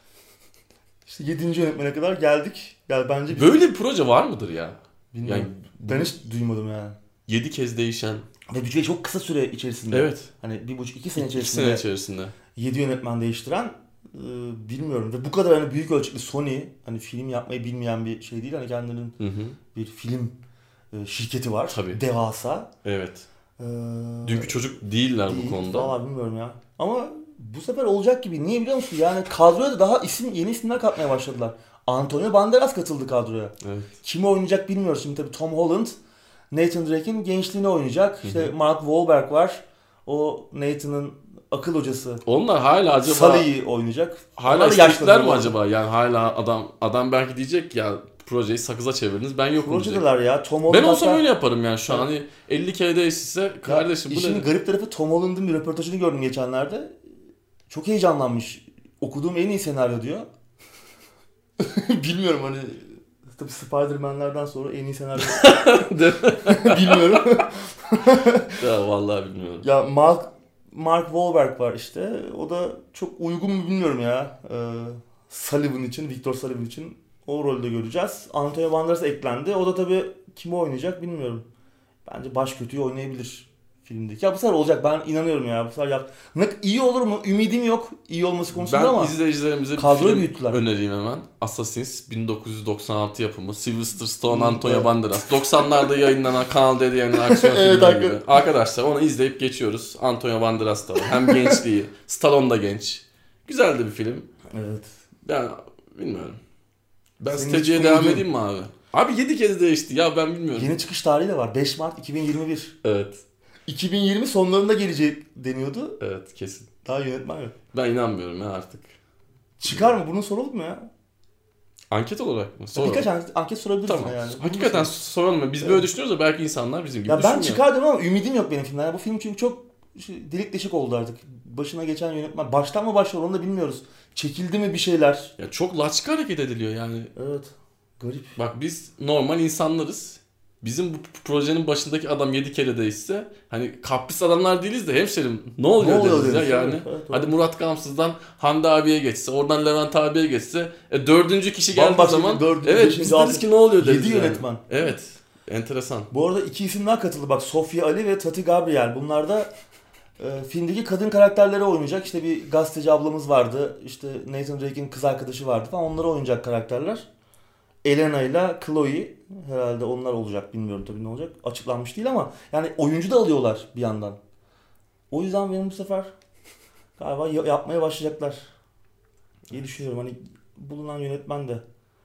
İşte 7. yönetmene kadar geldik. Yani bence biz... Böyle bir proje var mıdır ya? Bilmiyorum. Yani Ben hiç duymadım yani. 7 kez değişen. Ve bütçeyi çok kısa süre içerisinde. Evet. Hani 1,5-2 sene 2 içerisinde, sene içerisinde. 7 yönetmen değiştiren bilmiyorum. Ve bu kadar hani büyük ölçekli Sony hani film yapmayı bilmeyen bir şey değil. Hani kendinin bir film şirketi var. Tabii. Devasa. Evet. Ee, Dünkü çocuk değiller bu konuda. Valla bilmiyorum ya. Ama bu sefer olacak gibi. Niye biliyor musun? Yani kadroya da daha yeni isimler katmaya başladılar. Antonio Banderas katıldı kadroya. Evet. Kimi oynayacak bilmiyoruz. Şimdi tabii Tom Holland, Nathan Drake'in gençliğini oynayacak. İşte Mark Wahlberg var. O Nathan'ın akıl hocası. Onlar hala acaba Sully'yi oynayacak. hala Onlar da istekler mi yaşlanıyor. acaba? Yani hala adam belki diyecek ya projeyi sakıza çevirdiniz ben yokum diyecek. Projedeler ya. Tom Holland Ben olsam hatta... öyle yaparım yani şu an hani 50 kere değişse kardeşim bu İşin ne? garip tarafı Tom Holland'ın bir röportajını gördüm geçenlerde. Çok heyecanlanmış. Okuduğum en iyi senaryo diyor. Bilmiyorum hani tabii Spider-Man'lerden sonra en iyi senaryo bilmiyorum. Ya vallahi bilmiyorum. Ya Mark Wahlberg var işte. O da çok uygun mu bilmiyorum ya. Sullivan için, Victor Sullivan için O rolde göreceğiz. Antonio Banderas eklendi. O da tabii kimi oynayacak bilmiyorum. Bence baş kötüyü oynayabilir filmdeki. Ya bu sefer olacak. Ben inanıyorum ya. Bu sefer iyi olur mu? Ümidim yok iyi olması konusunda ama. Ben izleyicilerimize bir kadroyu film büyüttüler. önereyim hemen. Assassins 1996 yapımı. Sylvester Stallone, Antonio Banderas. 90'larda yayınlanan Kanal D'de yayınlanan aksiyon filmleri gibi. Arkadaşlar onu izleyip geçiyoruz. Antonio Banderas da var. Hem gençliği. Stallone da genç. Güzel de bir film. Evet. Ben bilmiyorum. Ben Senin stratejiye hiç devam umudun- edeyim mi abi? Abi 7 kez değişti ya, ben bilmiyorum. Yeni çıkış tarihi de var. 5 Mart 2021. Evet. 2020 sonlarında gelecek deniyordu. Evet, kesin. Daha yönetmen yok. Ben inanmıyorum ya artık. Çıkar mı? Bunu soralım mı ya? Anket olarak mı? Soralım. Birkaç anket sorabiliriz Tamam. yani. Hakikaten soralım. Biz böyle düşünüyoruz da belki insanlar bizim gibi Ya ben düşünmüyor. çıkar diyorum ama ümidim yok benim filmden. Ya bu film çünkü çok delik deşik oldu artık. Başına geçen yönetmen. Baştan mı başlar onu da bilmiyoruz. Çekildi mi bir şeyler? Ya çok laçka hareket ediliyor yani. Evet. Garip. Bak biz normal insanlarız. Bizim bu projenin başındaki adam 7 kere değişse hani kapris adamlar değiliz de hemşerim ne oluyor deriz ya deriz, yani. evet, Hadi Murat Gamsız'dan Hande abiye geçse, oradan Levent abiye geçse, dördüncü kişi geldiği Bambaşka zaman bir dördüncü, evet beşinci, biz deriz altıncı, ki ne oluyor deriz 7 yani. yönetmen. Evet. Enteresan. Bu arada 2 isim daha katıldı. Bak Sofia Ali ve Tati Gabriel. Bunlar da filmdeki kadın karakterleri oynayacak. İşte bir gazeteci ablamız vardı. İşte Nathan Drake'in kız arkadaşı vardı falan. Onları oynayacak karakterler. Elena ile Chloe herhalde onlar olacak. Bilmiyorum tabii ne olacak. Açıklanmış değil ama yani oyuncu da alıyorlar bir yandan. O yüzden benim bu sefer galiba yapmaya başlayacaklar diye düşünüyorum. Hani bulunan yönetmen de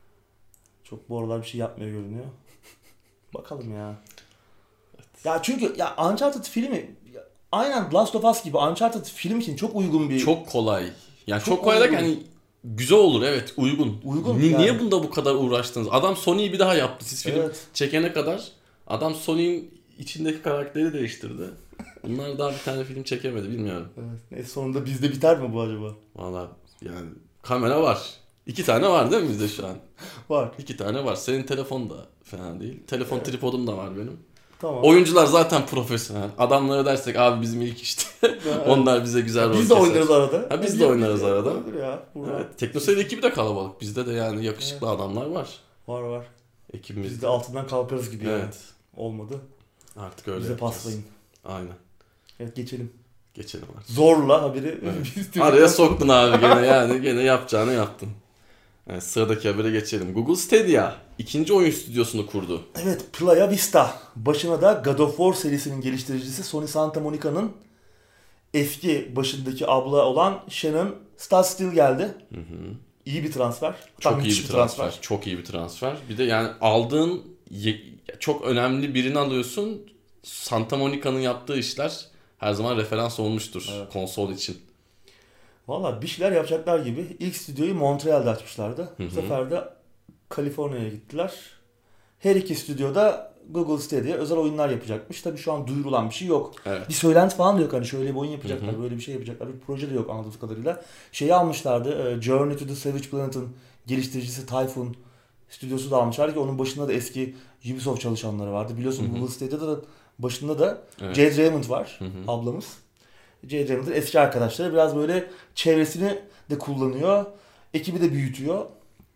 çok bu aralar bir şey yapmıyor görünüyor. Bakalım ya. Evet. Ya çünkü ya Uncharted filmi aynen Last of Us gibi Uncharted film için çok uygun bir... Çok kolay. Yani Çok çok kolay derken uygun. hani güzel olur, evet, uygun. Uygun Niye yani. bunda bu kadar uğraştınız? Adam Sony'yi bir daha yaptı. Siz film Evet. çekene kadar adam Sony'nin içindeki karakteri değiştirdi. Bunlar daha bir tane film çekemedi, bilmiyorum. Evet. Neyse sonunda bizde biter mi bu acaba? Valla yani kamera var. 2 tane var değil mi bizde şu an? Var. 2 tane var. Senin telefon da fena değil. Telefon tripodum da var benim. Tamam. Oyuncular zaten profesyonel. Adamlara dersek abi bizim ilk işte. Onlar bize güzel rol Biz de keser. oynarız arada. Ha, biz de oynarız arada. Olur ya. Evet, Teknoseyir ekibi de kalabalık. Bizde de yani yakışıklı adamlar var. Var. Ekibimiz. Biz de altından kalkarız gibi yani. Evet. Olmadı. Artık öyle Bize yapacağız. paslayın. Aynen. Evet geçelim. Geçelim artık. Zorla haberi. Evet. Araya soktun abi gene yani. Gene yapacağını yaptın. Evet, sıradaki habere geçelim. Google Stadia ikinci oyun stüdyosunu kurdu. Evet, Playa Vista. Başına da God of War serisinin geliştiricisi Sony Santa Monica'nın eski başındaki abla olan Shannon Stadstill geldi. Hı hı. İyi bir transfer. Çok iyi bir transfer. Çok iyi bir transfer. Bir de yani aldığın çok önemli birini alıyorsun. Santa Monica'nın yaptığı işler her zaman referans olmuştur konsol için. Valla bir şeyler yapacaklar gibi. İlk stüdyoyu Montreal'de açmışlardı. Bu sefer de Kaliforniya'ya gittiler. Her iki stüdyoda Google Stadia özel oyunlar yapacakmış. Tabii şu an duyurulan bir şey yok. Evet. Bir söylenti falan da yok. Hani şöyle bir oyun yapacaklar, böyle bir şey yapacaklar. Bir proje de yok anladığımız kadarıyla. Şeyi almışlardı. Journey to the Savage Planet'ın geliştiricisi Typhoon stüdyosu da almışlardı ki onun başında da eski Ubisoft çalışanları vardı. Biliyorsun Google Stadia'da da başında da Jade Raymond var, ablamız. Jade Raymond'ın eski arkadaşları biraz böyle çevresini de kullanıyor. Ekibi de büyütüyor.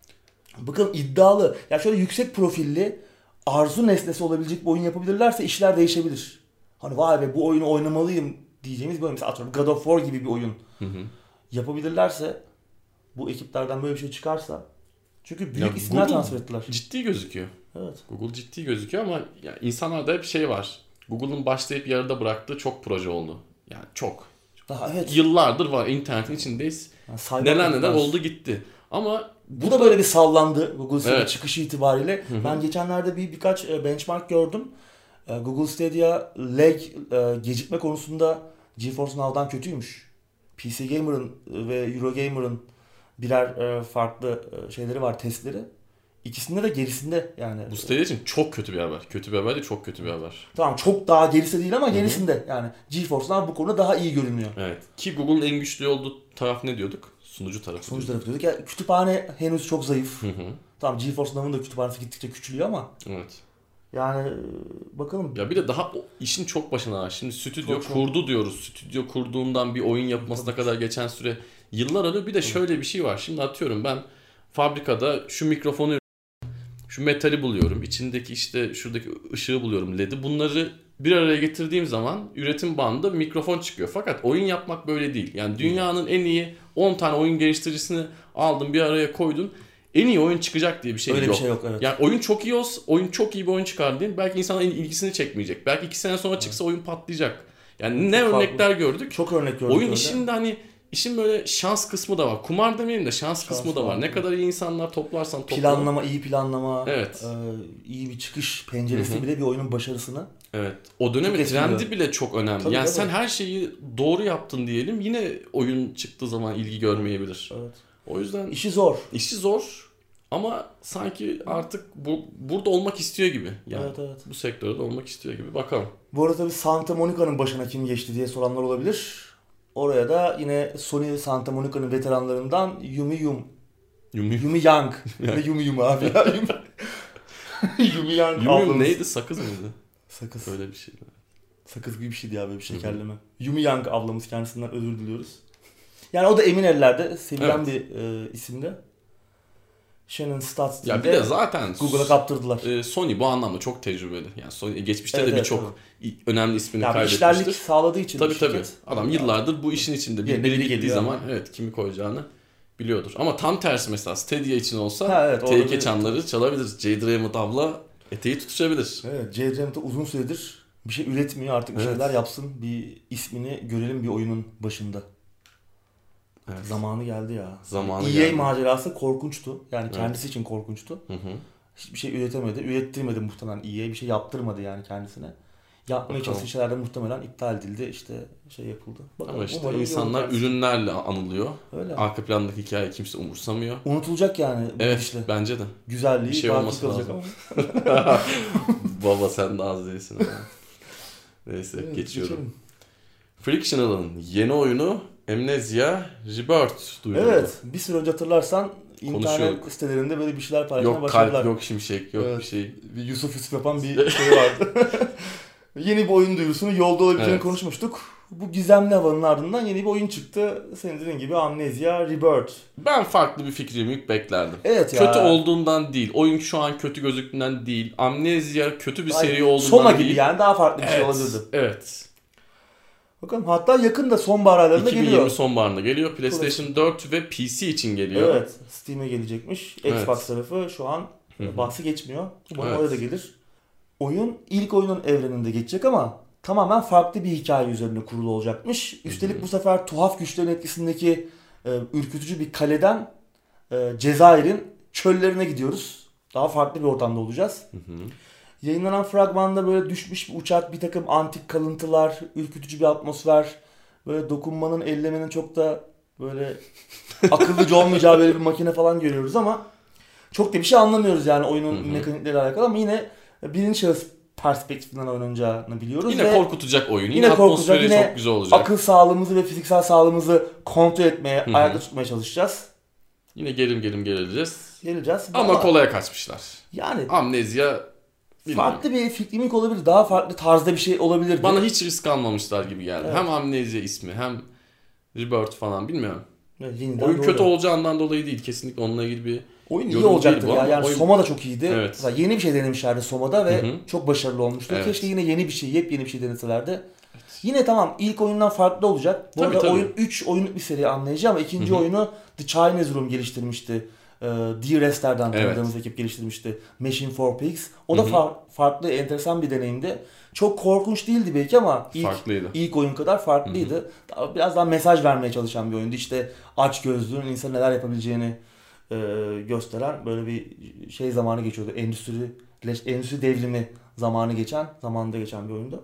Bakın iddialı. Ya şöyle yüksek profilli arzu nesnesi olabilecek bir oyun yapabilirlerse işler değişebilir. Hani vay be bu oyunu oynamalıyım diyeceğimiz bir oyun. Mesela atıyorum God of War gibi bir oyun. Yapabilirlerse bu ekiplerden böyle bir şey çıkarsa çünkü büyük isimler transfer ettiler. Ciddi gözüküyor. Evet. Google ciddi gözüküyor ama ya insanlarda hep şey var. Google'ın başlayıp yarıda bıraktığı çok proje oldu. Yani çok. Daha evet. Yıllardır var, internetin içindeyiz. Yani neler oldu gitti. Ama bu da böyle bir sallandı Google Stadia evet. çıkışı itibariyle. Ben geçenlerde birkaç benchmark gördüm. Google Stadia lag gecikme konusunda GeForce Now'dan kötüymüş. PC Gamer'ın ve Eurogamer'ın birer farklı şeyleri var, testleri. İkisinde de gerisinde yani. Bu Stadia için çok kötü bir haber. Kötü bir haber değil, çok kötü bir haber. Tamam çok daha gerisi değil ama gerisinde yani. GeForce Now bu konuda daha iyi görünüyor. Evet. Ki Google'un en güçlü olduğu taraf ne diyorduk? Sunucu tarafı. Sunucu tarafı diyorduk. Ya, kütüphane henüz çok zayıf. Tamam GeForce Now'ın da kütüphanesi gittikçe küçülüyor ama. Evet. Yani bakalım. Ya bir de daha işin çok başına var. Şimdi stüdyo kurdu diyoruz. Stüdyo kurduğundan bir oyun yapmasına kadar geçen süre yıllar alıyor. Bir de şöyle bir şey var. Şimdi atıyorum ben fabrikada şu mikrofonu, şu metali buluyorum, içindeki işte şuradaki ışığı buluyorum, LED'i. Bunları bir araya getirdiğim zaman üretim bandında bir mikrofon çıkıyor. Fakat oyun yapmak böyle değil. Yani dünyanın en iyi 10 tane oyun geliştiricisini aldın, bir araya koydun. En iyi oyun çıkacak diye bir şey Öyle yok. bir şey yok, evet. Yani oyun çok iyi olsa, oyun çok iyi bir oyun çıkar diye belki insanların ilgisini çekmeyecek. Belki 2 sene sonra çıksa oyun patlayacak. Yani ne Çok örnekler gördük. Çok örnek gördük Oyun öyle. işinde hani işin böyle şans kısmı da var. Kumar demeyelim de şans kısmı da var. Ne kadar iyi insanlar toplarsan topla. Planlama, iyi planlama, Evet. iyi bir çıkış penceresi bile bir oyunun başarısını. Evet. O dönemin trendi bile çok önemli. Tabii, yani tabii. sen her şeyi doğru yaptın diyelim, yine oyun çıktığı zaman ilgi görmeyebilir. Evet. O yüzden İşi zor. işi zor ama sanki artık burada olmak istiyor gibi. Yani Evet. bu sektörde olmak istiyor gibi. Bakalım. Bu arada bir Santa Monica'nın başına kim geçti diye soranlar olabilir. Oraya da yine Sony Santa Monica'nın veteranlarından Yumi Young ve Yumi abi. Yumi Young ablamız. neydi? Sakız mıydı? Sakız. Öyle bir şey. Sakız gibi bir şeydi ya, böyle bir şekerleme. Yumi Young ablamız, kendisinden özür diliyoruz. Yani o da emin ellerde sevilen bir isimdi. Shannon Stutz Ya bir de zaten Google'a kaptırdılar. Sony bu anlamda çok tecrübeli. Yani Sony geçmişte Evet, de birçok önemli ismini ya kaybetmiştir. işlerlik sağladığı için Tabii. Adam yıllardır bu işin içinde. Biri gittiği geliyor zaman evet kimi koyacağını biliyordur. Ama tam tersi mesela Stadia için olsa evet, tehlike çanları çalabilir. Jade Raymond abla eteği tutuşabilir. Evet, Jade Raymond uzun süredir bir şey üretmiyor, artık bir şeyler yapsın. Bir ismini görelim bir oyunun başında. Evet. Zamanı geldi ya. Zamanı EA geldi. macerası korkunçtu. Yani kendisi için korkunçtu. Hı. Hiçbir şey üretemedi. Ürettirmedi muhtemelen EA. Bir şey yaptırmadı yani kendisine. Yapmaya çalıştığı şeyler de muhtemelen iptal edildi. İşte şey yapıldı. Ama Bakalım, işte umarım insanlar ürünlerle anılıyor. Öyle. Arka plandaki hikaye kimse umursamıyor. Unutulacak yani bu Evet işle. bence de. Güzelliği Bir şey baki olması kalacak lazım. ama. Baba sen de az değilsin. Neyse Evet, geçiyorum. geçelim. Frictional'ın yeni oyunu Amnesia Rebirth duyuruldu. Evet, bir süre önce hatırlarsan internet Konuşuyorduk. sitelerinde böyle bir şeyler paylaşmaya Yok başladılar. kalp, yok şimşek, yok bir şey. Bir Yusuf yapan bir şey vardı. Yeni bir oyun duyurusunu yolda olabileceğini konuşmuştuk. Bu gizemli havanın ardından yeni bir oyun çıktı. Senin dediğin gibi Amnesia Rebirth. Ben farklı bir fikri beklerdim. Evet ya. Kötü olduğundan değil, oyun şu an kötü gözüktüğünden değil, Amnesia kötü bir seri olduğundan Soma değil. gibi yani, daha farklı bir şey olabilirdi. Evet. Bakalım, hatta yakında sonbahar aylarında 2020 geliyor. sonbaharında geliyor. PlayStation 4 ve PC için geliyor. Evet, Steam'e gelecekmiş. Xbox tarafı şu an bahsi geçmiyor. Umarım oraya da gelir. Oyun ilk oyunun evreninde geçecek ama tamamen farklı bir hikaye üzerine kurulu olacakmış. Üstelik bu sefer tuhaf güçlerin etkisindeki ürkütücü bir kaleden Cezayir'in çöllerine gidiyoruz. Daha farklı bir ortamda olacağız. Yayınlanan fragmanda böyle düşmüş bir uçak, bir takım antik kalıntılar, ürkütücü bir atmosfer, böyle dokunmanın, ellemenin çok da böyle akıllıca olmayacağı böyle bir makine falan görüyoruz ama çok da bir şey anlamıyoruz yani oyunun mekanikleriyle alakalı, ama yine birinci şahıs perspektifinden oynanacağını biliyoruz. Yine ve korkutacak oyun. yine atmosferi yine çok güzel olacak. akıl sağlığımızı ve fiziksel sağlığımızı kontrol etmeye, ayakta tutmaya çalışacağız. Yine gelim geleceğiz. Geleceğiz. Ama kolaya kaçmışlar. Yani Amnesia farklı bir fikrimlik olabilir. Daha farklı tarzda bir şey olabilir. Bana hiç risk almamışlar gibi geldi. Evet. Hem Amnesia ismi hem Rebirth falan bilmiyorum. Evet, oyun kötü olacağından dolayı değil. Kesinlikle onunla ilgili bir oyun iyi olacaktır ya. Yani oyun... Soma da çok iyiydi. Evet. Mesela yeni bir şey denemişlerdi Soma'da ve çok başarılı olmuştu. Evet. Keşke yine yeni bir şey, yepyeni bir şey deneselerdi. Evet. Yine tamam, ilk oyundan farklı olacak. Bu arada oyun 3 oyunluk bir seri anlayıcı ama ikinci oyunu The Chinese Room geliştirmişti. D-Rester'dan tanıdığımız ekip geliştirmişti. Machine for Pigs. O da farklı, enteresan bir deneyimdi. Çok korkunç değildi belki ama ilk oyun kadar farklıydı. Biraz daha mesaj vermeye çalışan bir oyundu. İşte aç gözlüğün insan neler yapabileceğini gösteren böyle bir şey zamanı geçiyordu. Endüstri devrimi zamanında geçen bir oyundu.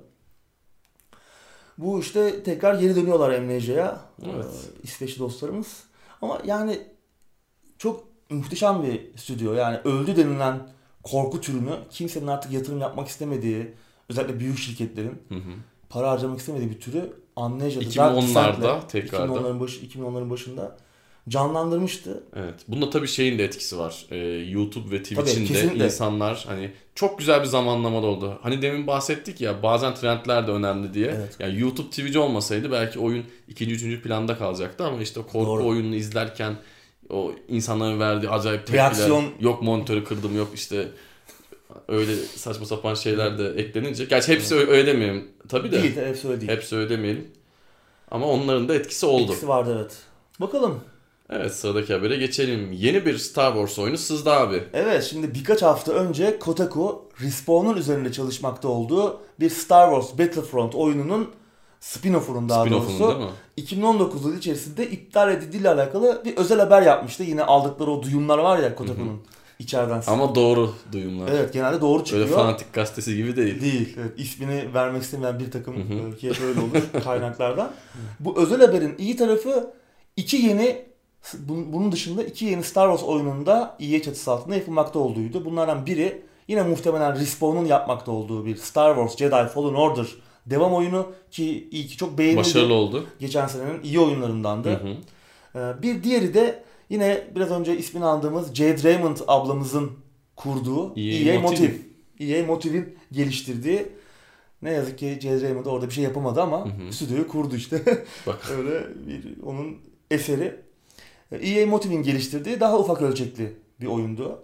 Bu işte tekrar geri dönüyorlar Amnesia'ya. Evet. İsveçli dostlarımız. Ama yani çok muhteşem bir stüdyo. Yani öldü denilen korku türünü kimsenin artık yatırım yapmak istemediği, özellikle büyük şirketlerin para harcamak istemediği bir türü Amnesia'da 2010'larda tekrardan 2010'ların başında canlandırmıştı. Evet. Bunda tabii şeyin de etkisi var. YouTube ve Twitch'in de insanlar hani çok güzel bir zamanlamada oldu. Hani demin bahsettik ya, bazen trendler de önemli diye. Evet. Yani YouTube, Twitch olmasaydı belki oyun ikinci, üçüncü planda kalacaktı ama işte korku oyununu izlerken o insanların verdiği acayip tepkiler. Reaksiyon. Yok monitörü kırdım, yok işte öyle saçma sapan şeyler de eklenince. Gerçi hepsi öyle demeyelim tabii de. Değil, hepsi öyle değil. Hepsi öyle demeyelim. Ama onların da etkisi oldu. Etkisi vardı, evet. Bakalım. Evet, sıradaki habere geçelim. Yeni bir Star Wars oyunu sızdı abi. Evet, şimdi birkaç hafta önce Kotaku, Respawn'un üzerinde çalışmakta olduğu bir Star Wars Battlefront oyununun spin-off'unun daha doğrusu 2019 yılı içerisinde iptal edildiğiyle alakalı bir özel haber yapmıştı. Yine aldıkları o duyumlar var ya Kotaku'nun içeriden. Ama doğru duyumlar. Evet, genelde doğru çıkıyor. Öyle fanatik gazetesi gibi değil. Değil. Evet, ismini vermek istemeyen bir takım ki hep öyle olur kaynaklardan. Bu özel haberin iyi tarafı bunun dışında iki yeni Star Wars oyununda EA çatısı altında yapılmakta olduğuydu. Bunlardan biri yine muhtemelen Respawn'un yapmakta olduğu bir Star Wars Jedi Fallen Order devam oyunu ki iyi ki çok beğenildi. Başarılı oldu. Geçen senenin iyi oyunlarındandı. Bir diğeri de yine biraz önce ismini andığımız Jade Raymond ablamızın kurduğu EA Motive. EA Motive'in geliştirdiği, ne yazık ki Jade Raymond orada bir şey yapamadı ama stüdyoyu kurdu işte. Bak. Öyle onun eseri. EA Motive'in geliştirdiği daha ufak ölçekli bir oyundu.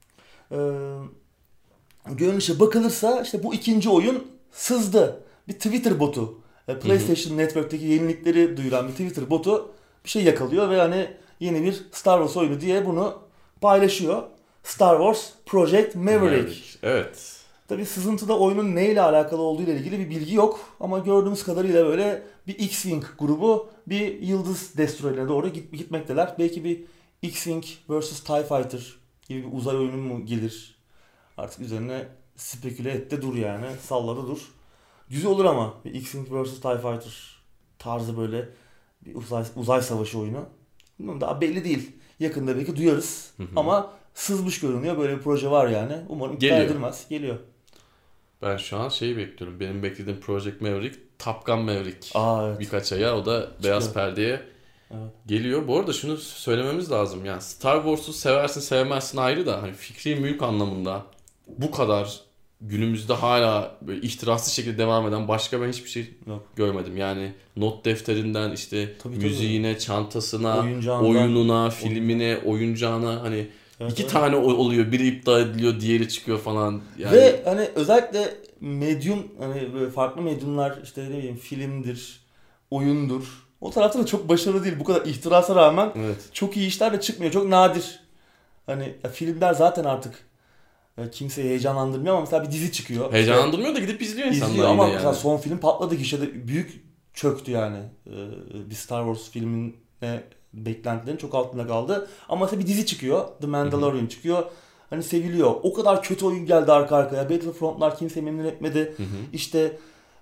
Görünüşe bakılırsa işte bu ikinci oyun sızdı. Bir Twitter botu. PlayStation Network'teki yenilikleri duyuran bir Twitter botu bir şey yakalıyor ve hani yeni bir Star Wars oyunu diye bunu paylaşıyor. Star Wars Project Maverick. Evet. Tabii sızıntıda oyunun neyle alakalı olduğu ile ilgili bir bilgi yok. Ama gördüğümüz kadarıyla böyle bir X-Wing grubu bir yıldız destroyerine doğru gitmekteler. Belki bir X-Wing vs. TIE Fighter gibi bir uzay oyunu mu gelir? Artık üzerine speküle et de dur yani. Salla da dur. Güzel olur ama bir X-Wing vs. TIE Fighter tarzı böyle bir uzay savaşı oyunu. Bilmiyorum, daha belli değil. Yakında belki duyarız. Ama sızmış görünüyor. Böyle bir proje var yani. Umarım iptal edilmez. Geliyor. Ben şu an şeyi bekliyorum. Benim beklediğim Project Maverick, Top Gun Maverick. Evet. Birkaç aya o da beyaz perdeye geliyor. Bu arada şunu söylememiz lazım. Yani Star Wars'u seversin sevmezsin ayrı da hani fikri mülk anlamında bu kadar günümüzde hala böyle ihtiraslı şekilde devam eden başka ben hiçbir şey görmedim. Yani not defterinden işte müziğine, çantasına, oyununa, filmine, oyuncağına hani iki tane oluyor. Biri iptal ediliyor, diğeri çıkıyor falan. Yani... Ve hani özellikle medyum, hani böyle farklı medyumlar işte ne bileyim filmdir, oyundur. O tarafta da çok başarılı değil. Bu kadar ihtirasa rağmen çok iyi işler de çıkmıyor. Çok nadir. Hani filmler zaten artık kimseyi heyecanlandırmıyor ama mesela bir dizi çıkıyor. Heyecanlandırmıyor da gidip izliyor insanlar. İzliyor ama mesela son film patladı gişede, büyük çöktü yani. Bir Star Wars filmine beklentilerin çok altında kaldı. Ama mesela bir dizi çıkıyor. The Mandalorian çıkıyor. Hani seviliyor. O kadar kötü oyun geldi arka arkaya. Battlefront'lar kimse memnun etmedi. İşte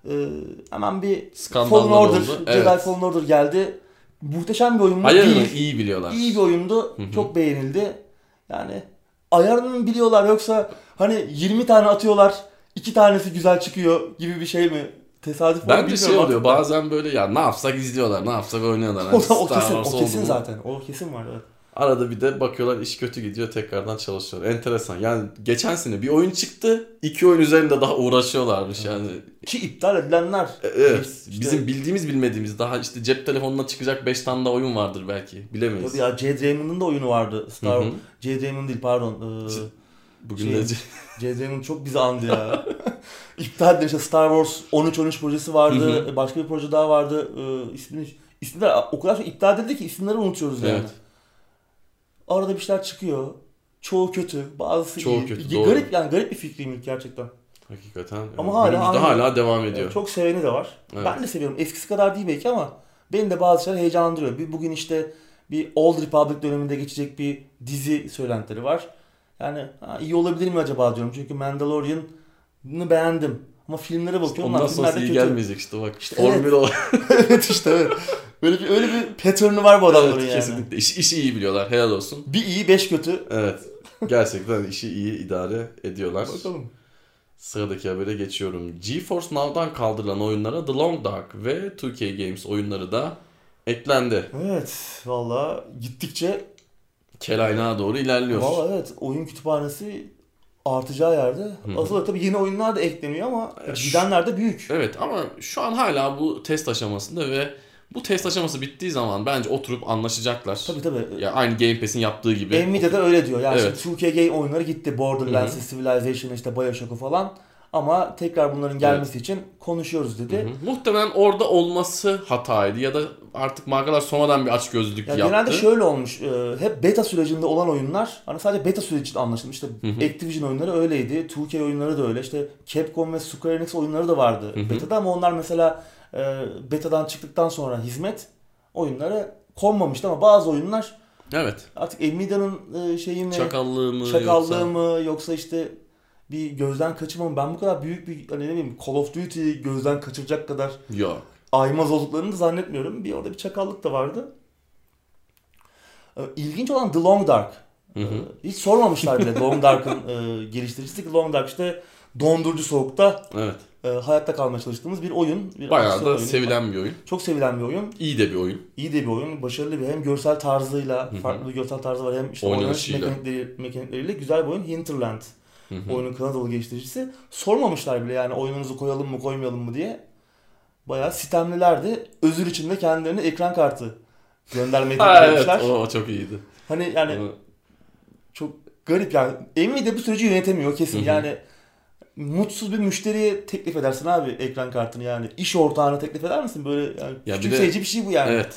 hemen bir Fallen Order, Jedi Fallen Order geldi. Muhteşem bir oyun değil. İyi biliyorlar. İyi bir oyundu. Çok beğenildi. Yani ayarını biliyorlar, yoksa hani 20 tane atıyorlar, 2 tanesi güzel çıkıyor gibi bir şey mi? Tesadüf ben de şey oluyor bazen böyle ya ne yapsak izliyorlar, ne yapsak oynuyorlar. Yani o kesin zaten. O kesin var evet. Arada bir de bakıyorlar iş kötü gidiyor, tekrardan çalışıyorlar. Enteresan. Yani geçen sene bir oyun çıktı, 2 oyun üzerinde daha uğraşıyorlarmış yani. Ki iptal edilenler. Evet. İşte, bizim bildiğimiz bilmediğimiz daha işte cep telefonuna çıkacak 5 tane daha oyun vardır belki. Bilemeyiz. Tabii ya, Jade Raymond'ın da oyunu vardı. Jade Raymond değil pardon. Bugün de Jade Raymond çok bizi andı ya. İptal edildi. İşte Star Wars 13-13 projesi vardı. Başka bir proje daha vardı. İsimler o kadar çok iptal edildi ki isimleri unutuyoruz yani. Evet. Arada bir şeyler çıkıyor. Çoğu kötü, bazısı iyi. Kötü, garip bir fikriymiş gerçekten. Hakikaten. Ama hala devam ediyor. Çok seveni de var. Evet. Ben de seviyorum. Eskisi kadar değil belki ama beni de bazı şeyler heyecanlandırıyor. Bugün işte bir Old Republic döneminde geçecek bir dizi söylentileri var. Yani iyi olabilir mi acaba diyorum. Çünkü Mandalorian'ı beğendim. Ama filmlere bakıyorum. Ondan sonrası iyi gelmeyecek işte bak. İşte evet işte evet. Öyle bir pattern'ı var bu adamların yani. Kesinlikle. İşi iyi biliyorlar. Helal olsun. Bir iyi 5 kötü. Evet. Gerçekten işi iyi idare ediyorlar. Bakalım. Sıradaki habere geçiyorum. GeForce Now'dan kaldırılan oyunlara The Long Dark ve 2K Games oyunları da eklendi. Evet. Valla gittikçe kelaynağa doğru ilerliyor. Valla evet. Oyun kütüphanesi artacağı yerde. Aslında tabii yeni oyunlar da ekleniyor ama gidenler de büyük. Evet ama şu an hala bu test aşamasında ve Bu test aşaması bittiği zaman bence oturup anlaşacaklar. Tabii. Ya aynı Game Pass'in yaptığı gibi. Nvidia da öyle diyor. Yani Evet. şimdi 2K Game oyunları gitti. Borderlands, Civilization, işte BioShock'u falan. Ama tekrar bunların gelmesi için konuşuyoruz dedi. Muhtemelen orada olması hataydı ya da artık markalar sonradan bir açgözlülük yaptı. Genelde şöyle olmuş. Hep beta sürecinde olan oyunlar hani sadece beta süreci için anlaşılmış. İşte Activision oyunları öyleydi. 2K oyunları da öyle. İşte Capcom ve Square Enix oyunları da vardı beta'da ama onlar mesela beta'dan çıktıktan sonra hizmet oyunlara konmamıştı ama bazı oyunlar Evet. artık Nvidia'nın şeyi mi, çakallığı mı yoksa işte bir gözden kaçırma mı? Ben bu kadar büyük bir hani ne bileyim Call of Duty gözden kaçıracak kadar yok. aymaz olduklarını da zannetmiyorum. Orada bir çakallık da vardı. İlginç olan The Long Dark. Hiç sormamışlar bile Long Dark'ın geliştiricisi. The Long Dark işte dondurucu soğukta hayatta kalmaya çalıştığımız bir oyun. Bayağı da sevilen bir oyun. Çok sevilen bir oyun. İyi de bir oyun. İyi de bir oyun. Başarılı bir hem görsel tarzıyla farklı bir görsel tarzı var hem işte oynanış mekanikleriyle güzel bir oyun. Hinterland. Oyunun Kanadalı geliştiricisi. Sormamışlar bile yani oyununuzu koyalım mı koymayalım mı diye. Bayağı sistemlilerdi. Özür için de kendilerine ekran kartı göndermeyi teklif etmişler. Evet, o çok iyiydi. Hani yani çok garip yani. Nvidia bu süreci yönetemiyor kesin. Yani mutsuz bir müşteriye teklif edersin abi ekran kartını yani. İş ortağına teklif eder misin? Böyle yani küçümseyici bir şey bu yani. Evet.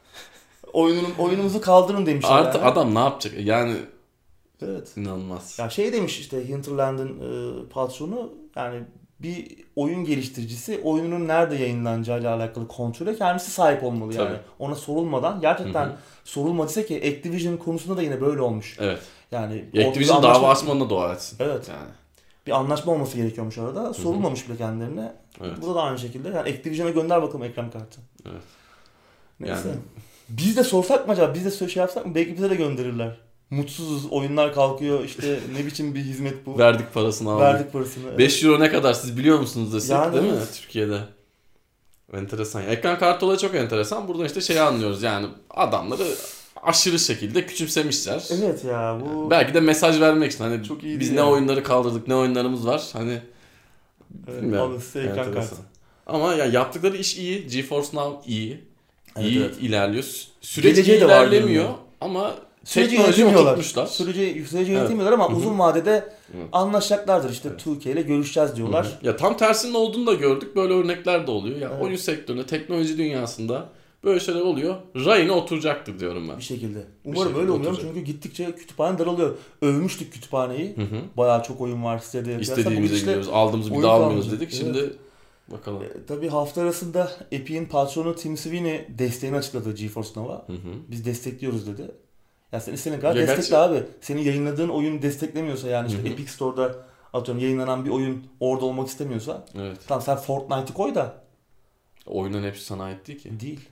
Oyunumuzu kaldırın demişler. Artı yani. Adam ne yapacak? Yani evet. İnanılmaz. Ya şey demiş işte Hinterland'ın patronu yani bir oyun geliştiricisi oyunun nerede yayınlanacağıyla alakalı kontrole kendisi sahip olmalı yani. Tabii. Ona sorulmadan gerçekten sorulmadıysa ki Activision konusunda da yine böyle olmuş. Evet. Yani Activision dava açmanına dua etsin. Evet. Yani. Bir anlaşma olması gerekiyormuş arada. Sorulmamış bile kendilerine. Evet. Bu da aynı şekilde. Yani Activision'a gönder bakalım ekran kartı. Evet. Neyse. Yani. Biz de sorsak mı acaba? Biz de şey yapsak mı? Belki bize de gönderirler. Mutsuzuz, oyunlar kalkıyor, işte ne biçim bir hizmet bu. Verdik parasını aldık. Verdik parasını. Evet. 5 euro ne kadar siz biliyor musunuz desek yani değil mi Türkiye'de? Enteresan. Ekran kartı olayı çok enteresan. Buradan işte şeyi anlıyoruz yani adamları aşırı şekilde küçümsemişler. Evet ya bu. Belki de mesaj vermek için hani çok iyi biz ne oyunları kaldırdık, ne oyunlarımız var hani. Bilmiyorum. Ekran kartı. Ama ya yaptıkları iş iyi. GeForce Now iyi. Evet, iyi evet. ilerliyor. Süreç ilerlemiyor ama teknoloji oturtmuşlar. Süreci yönetemiyorlar ama uzun vadede anlaşacaklardır. İşte Türkiye ile görüşeceğiz diyorlar. Ya tam tersinin olduğunu da gördük. Böyle örnekler de oluyor. Ya oyun sektöründe, teknoloji dünyasında böyle şeyler oluyor. Rayına oturacaktır diyorum ben. Bir şekilde. Umarım öyle olmuyor çünkü gittikçe kütüphane daralıyor. Övmüştük kütüphaneyi. Bayağı çok oyun var sitede. İstediğimize gidiyoruz. Aldığımızı bir daha almıyoruz dedik. Şimdi bakalım. Tabii hafta arasında Epic'in patronu Tim Sweeney desteğini açıkladı GeForce Now'a. Biz destekliyoruz dedi. Ya sen istediğin kadar destekle abi. Senin yayınladığın oyun desteklemiyorsa yani işte Epic Store'da atıyorum yayınlanan bir oyun orada olmak istemiyorsa. Evet. Tamam sen Fortnite'ı koy da. Oyunun hepsi sana ait değil ki. Değil.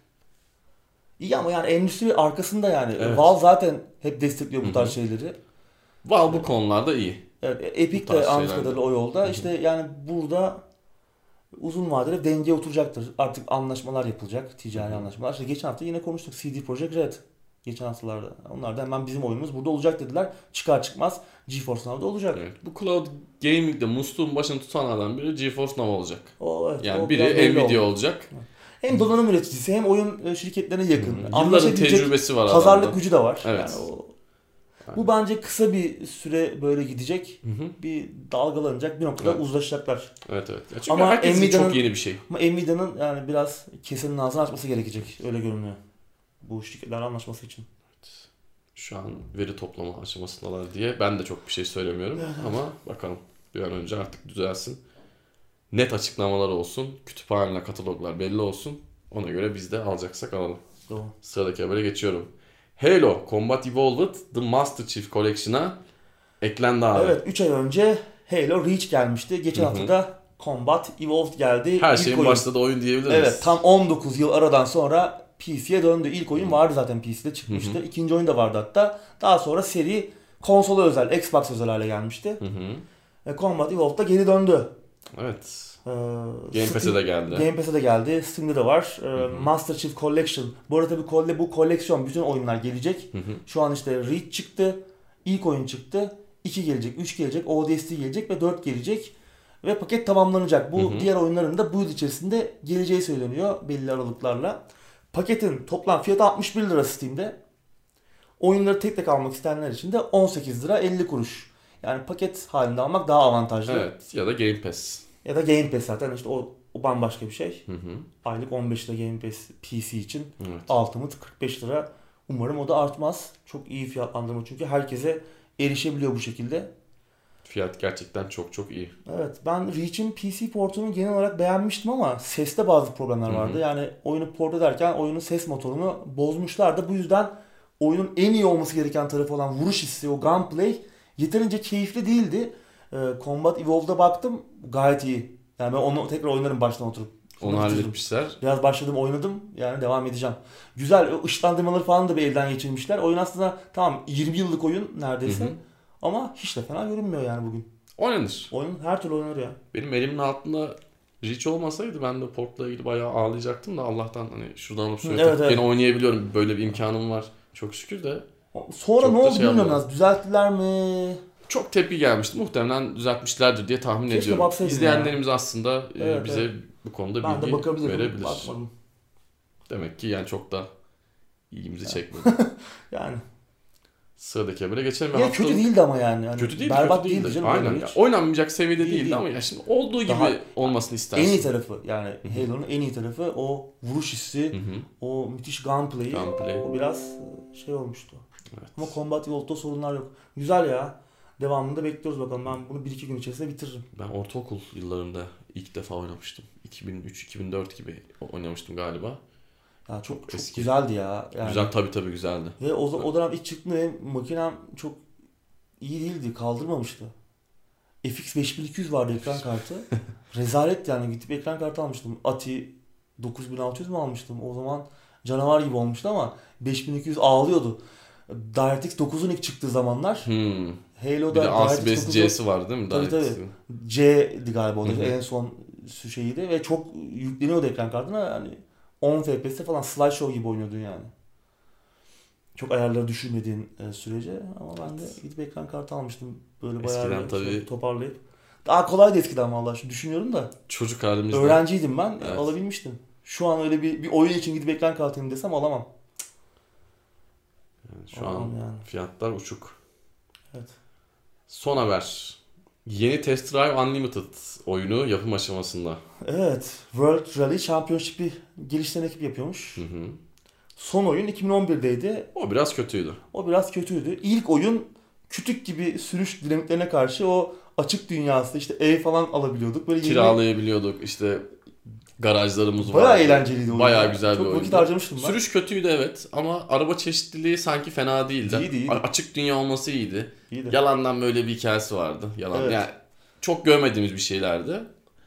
İyi ama yani endüstri arkasında yani. Evet. Valve zaten hep destekliyor bu tarz şeyleri. Valve bu konularda iyi. Evet, Epic de anladığım kadarıyla o yolda. İşte yani burada uzun vadede dengeye oturacaktır. Artık anlaşmalar yapılacak. Ticari anlaşmalar. İşte geçen hafta yine konuştuk. CD Projekt Red. Geçen haftalarda. Onlar da hemen bizim oyunumuz burada olacak dediler. Çıkar çıkmaz GeForce Now'da olacak. Evet. Bu Cloud Gaming'de musluğun başını tutanlardan biri GeForce Now olacak. Evet, yani biri Nvidia olacak. Hem donanım üreticisi hem oyun şirketlerine yakın. Yılların tecrübesi var. Pazarlık adamda. Gücü de var. Evet. Yani bu bence kısa bir süre böyle gidecek. Bir dalgalanacak. Bir noktada uzlaşacaklar. Evet. Ya çünkü ama herkes için çok yeni bir şey. Ama Nvidia'nın yani biraz kesenin ağzını açması gerekecek. Öyle görünüyor. Bu şirketler anlaşması için. Evet. Şu an veri toplama aşamasındalar diye ben de çok bir şey söylemiyorum. Ama bakalım bir an önce artık düzelsin. Net açıklamalar olsun. Kütüphaneler, kataloglar belli olsun. Ona göre biz de alacaksak alalım. Doğru. Sıradaki habere geçiyorum. Halo Combat Evolved The Master Chief Collection'a eklendi abi. Evet 3 ay önce Halo Reach gelmişti. Geçen hafta da Combat Evolved geldi. Her şeyin başladığı oyun diyebilir miyiz? Evet tam 19 yıl aradan sonra PC'ye döndü. İlk oyun vardı zaten PC'de çıkmıştı. İkinci oyun da vardı hatta. Daha sonra seri konsola özel, Xbox özel hale gelmişti. Ve Combat Evolved da geri döndü. Evet. Game Pass'e de geldi. Game Pass'e de geldi. Steam'de de var. Master Chief Collection. Bu arada tabii bu koleksiyon bütün oyunlar gelecek. Şu an işte Reach çıktı. İlk oyun çıktı. 2 gelecek, 3 gelecek, ODST gelecek ve 4 gelecek. Ve paket tamamlanacak. Bu diğer oyunların da bu yıl içerisinde geleceği söyleniyor belli aralıklarla. Paketin toplam fiyatı 61 lira Steam'de. Oyunları tek tek almak isteyenler için de 18 lira 50 kuruş. Yani paket halinde almak daha avantajlı. Evet, ya da Game Pass. Ya da Game Pass zaten işte o bambaşka bir şey. Hı hı. Aylık 15 lira Game Pass PC için. Evet. Ultimate 45 lira. Umarım o da artmaz. Çok iyi fiyatlandırma çünkü herkese erişebiliyor bu şekilde. Fiyat gerçekten çok çok iyi. Evet, ben Reach'in PC portunu genel olarak beğenmiştim ama seste bazı problemler vardı. Hı hı. Yani oyunu port ederken oyunun ses motorunu bozmuşlardı. Bu yüzden oyunun en iyi olması gereken tarafı olan vuruş hissi, o gunplay yeterince keyifli değildi. Combat Evolved'a baktım, gayet iyi. Yani ben onu tekrar oynarım baştan oturup. Onu halletmişler. Biraz başladım, oynadım. Yani devam edeceğim. Güzel, ışıklandırmaları falan da bir elden geçirmişler. Oyun aslında tamam 20 yıllık oyun neredeyse. Hı hı. Ama hiç de fena görünmüyor yani bugün. Oynanır. Oyun her türlü oynanır ya. Benim elimin altında Reach olmasaydı ben de portla ilgili bayağı ağlayacaktım da Allah'tan hani şuradan alıp şuraya Evet, evet. yine oynayabiliyorum. Böyle bir imkanım var. Çok şükür de. Sonra Çok ne da oldu şey bilmiyorum yapmadım. az. Düzelttiler mi? Çok tepki gelmişti. Muhtemelen düzeltmişlerdir diye tahmin Keşke ediyorum. baksaydım İzleyenlerimiz aslında Evet, bize evet. bu konuda Ben de bilgi bakabilirim. verebilir. Bakmadım. Demek ki yani çok da ilgimizi çekmedi. Yani. Sıradaki habere geçelim. Ya kötü değildi ama yani. Kötü değil, berbat kötü değildi. değildi canım. Aynen. Hiç. Ya, oynanmayacak seviyede Değil, değildi değil. ama ya şimdi olduğu gibi Daha olmasını istersin. En iyi tarafı yani Halo'nun en iyi tarafı o vuruş hissi, Hı hı. o müthiş gunplay'i. Gunplay. O biraz şey olmuştu. Evet. Ama Combat Evolved'da sorunlar yok. Güzel ya. Devamını da bekliyoruz bakalım. Ben bunu 1-2 gün içerisinde bitiririm. Ben ortaokul yıllarında ilk defa oynamıştım. 2003-2004 gibi oynamıştım galiba. Ya çok eski. güzeldi ya. Yani. Güzel, tabii güzeldi. Ve o dönem ilk çıktığında benim makinem çok iyi değildi. Kaldırmamıştı. FX 5200 vardı ekran kartı. Rezalet yani. Gidip ekran kartı almıştım. ATI 9600 mü almıştım? O zaman canavar gibi olmuştu ama 5200 ağlıyordu. DirectX 9'un ilk çıktığı zamanlar. Bir de Halo'da ASBS DirectX 9'u C'si vardı değil mi? Tabii, DirectX'in. C'di galiba o da Hı hı. en son şeyiydi ve çok yükleniyordu ekran kartına. Yani 10 FPS'te falan slideshow gibi oynuyordun yani. Çok ayarları düşürmediğin sürece ama ben de gidip ekran kartı almıştım. Böyle bayağı Eskiden bir tabii- toparlayıp. Daha kolaydı eskiden vallahi şimdi düşünüyorum da. Çocuk halimizde. Öğrenciydim ben, Evet. alabilmiştim. Şu an öyle bir oyun için gidip ekran kartı alayım desem alamam. Yani şu Alamam an yani. fiyatlar uçuk. Evet. Son haber. Yeni Test Drive Unlimited oyunu yapım aşamasında. Evet, World Rally Championship'i geliştiren ekip yapıyormuş. Hı hı. Son oyun 2011'deydi. O biraz kötüydü. O biraz kötüydü. İlk oyun kütük gibi sürüş dinamiklerine karşı o açık dünyası işte ev falan alabiliyorduk. Böyle Kiralayabiliyorduk işte, garajlarımız vardı. Bayağı eğlenceliydi oyun. Bayağı güzel bir Çok oyundu. vakit harcamıştım ben. Sürüş kötüydü evet ama araba çeşitliliği sanki fena değildi. İyiydi. Açık dünya olması iyiydi. İyiydi. Yalandan böyle bir hikayesi vardı. Yalan. Evet. Yani çok görmediğimiz bir şeylerdi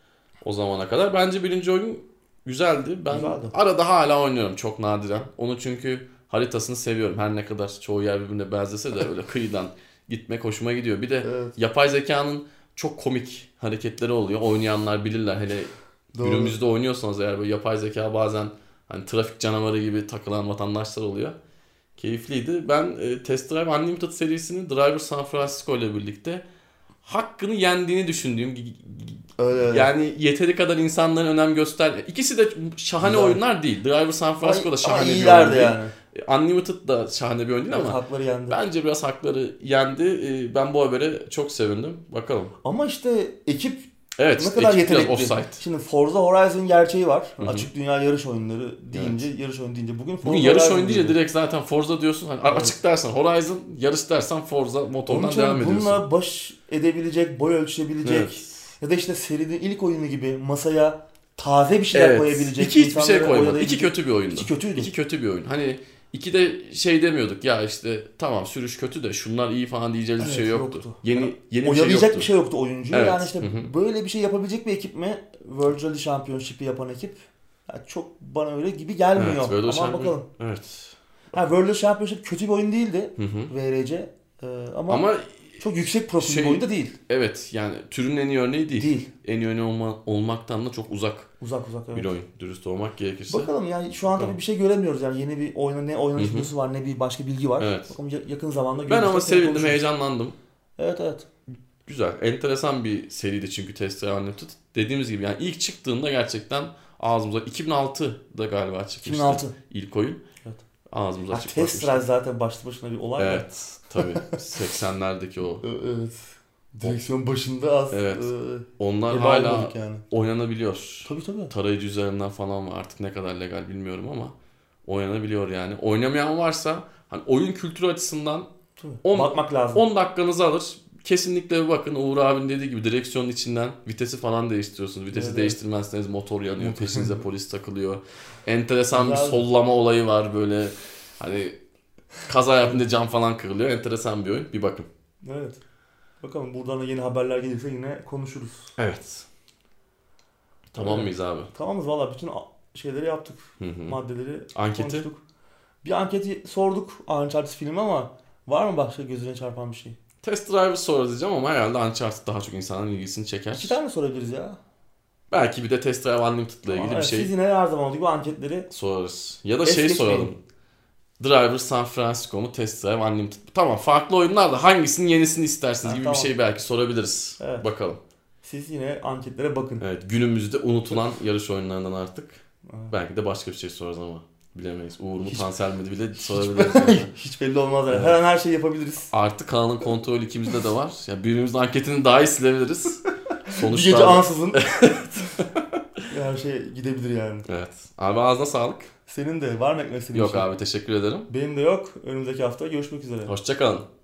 o zamana kadar. Bence birinci oyun güzeldi. Ben Güzeldi. arada hala oynuyorum çok nadiren. Onu çünkü haritasını seviyorum. Her ne kadar çoğu yer birbirine benzese de öyle kıyıdan gitmek hoşuma gidiyor. Bir de Evet. yapay zekanın çok komik hareketleri oluyor. Oynayanlar bilirler. Hele Doğru. günümüzde oynuyorsanız eğer böyle yapay zeka bazen hani trafik canavarı gibi takılan vatandaşlar oluyor. Keyifliydi. Ben Test Drive Unlimited serisinin Driver San Francisco ile birlikte hakkını yendiğini düşündüğüm, Öyle. yani yeteri kadar insanların önem göster. İkisi de şahane Güzel. oyunlar değil. Driver San Francisco da şahane bir oyun iyilerdi değil. yani. Unlimited da şahane bir oyun değil Evet, ama hakları yendi. bence biraz hakları yendi. Ben bu habere çok sevindim. Bakalım. Ama işte ekip Evet, ne kadar ekip biraz yetenekli. offside. Şimdi Forza Horizon gerçeği var. Hı hı. Açık dünya yarış oyunları deyince, yarış oyunu deyince. Bugün Bugün yarış Horizon oyunu deyince diyordu. direkt zaten Forza diyorsun. Hani Evet. açık dersen Horizon, yarış dersen Forza Onun motorundan için devam ediyorsun. bununla baş edebilecek, boy ölçebilecek Evet. ya da işte serinin ilk oyunu gibi masaya taze bir şeyler Evet. koyabilecek. İki hiçbir şey insanları koymadı. oyalayabilecek- İki kötü bir oyundu. İki kötüydü. İki kötü bir oyun. Hani iki de şey demiyorduk ya işte tamam sürüş kötü de şunlar iyi falan diyeceğiz bir Evet, şey yoktu. yoktu. Yeni bir şey Oyalayacak yoktu. bir şey yoktu oyuncuya. Evet. Yani işte Hı hı. böyle bir şey yapabilecek bir ekip mi? World Rally Championship'i yapan ekip. Yani çok bana öyle gibi gelmiyor. Evet, böyle Ama şampiyon- bakalım. Evet. Ha, World Rally Championship kötü bir oyun değildi. Hı hı. VRC. Ama, Ama çok yüksek profil şey- bir oyun da değil. evet yani türün en iyi örneği değil. Değil. En iyi örneği olmaktan da çok uzak Uzak evet. bir oyun. Dürüst olmak gerekirse. Bakalım yani şu an tabii Bakalım. bir şey göremiyoruz yani yeni bir oyuna ne oynanış Hı hı. videosu var ne bir başka bilgi var. Evet. Bakalım yakın zamanda Ben görürüz, ama tekrar sevindim, konuşuruz. heyecanlandım. Evet. Güzel. Enteresan bir seriydi çünkü Test Drive Unlimited. Dediğimiz gibi yani ilk çıktığında gerçekten ağzımıza 2006'da galiba çıkmıştı. 2006. İlk oyun. Evet. Ağzımıza açık Test bakmıştı. Drive zaten başlı başına bir olay. Evet. Tabii. 80'lerdeki o. Evet. Direksiyon başında az. Evet. Onlar heba hala olmadık yani. oynanabiliyor. Tabii. Tarayıcı üzerinden falan var. Artık ne kadar legal bilmiyorum ama oynanabiliyor yani. Oynamayan varsa hani oyun kültürü açısından bakmak lazım. 10 dakikanızı alır. Kesinlikle bir bakın. Uğur abinin dediği gibi direksiyonun içinden vitesi falan değiştiriyorsunuz. Vitesi değiştirmezseniz motor yanıyor. Peşinize polis takılıyor. Enteresan bir sollama olayı var böyle. Hani kaza yapınca cam falan kırılıyor. Enteresan bir oyun. Bir bakın. Evet. Bakalım buradan da yeni haberler gelirse yine konuşuruz. Evet. Tamam mıyız abi? Tamamız valla. Bütün şeyleri yaptık. Maddeleri anketi konuştuk. Bir anketi sorduk Uncharted filmi ama var mı başka gözüne çarpan bir şey? Test Drive'ı sor diyeceğim ama herhalde Uncharted daha çok insanların ilgisini çeker. 2 tane sorabiliriz ya. Belki bir de Test Drive Unlimited'la ilgili bir şey siz yine her zaman olduğu gibi anketleri sorarız. Ya da soralım. Driver San Francisco mu Test Drive Unlimited mu? Tamam, farklı oyunlar da hangisinin yenisini istersiniz gibi bir şey belki sorabiliriz. Evet. Bakalım. Siz yine anketlere bakın. Evet, günümüzde unutulan yarış oyunlarından artık. Belki de başka bir şey sorarız ama bilemeyiz. Uğur mu Tansel mi bile sorabiliriz. Yani. Hiç belli olmaz. Evet. Her an her şeyi yapabiliriz. Artık kanalın kontrolü ikimizde de var. Yani birbirimizin anketini daha iyi silebiliriz. Sonuçta bir gece ansızın her şey gidebilir yani. Evet. Abi ağzına sağlık. Senin de var mı ekmek senin Yok abi, teşekkür ederim. Benim de yok. Önümüzdeki hafta görüşmek üzere. Hoşça kalın.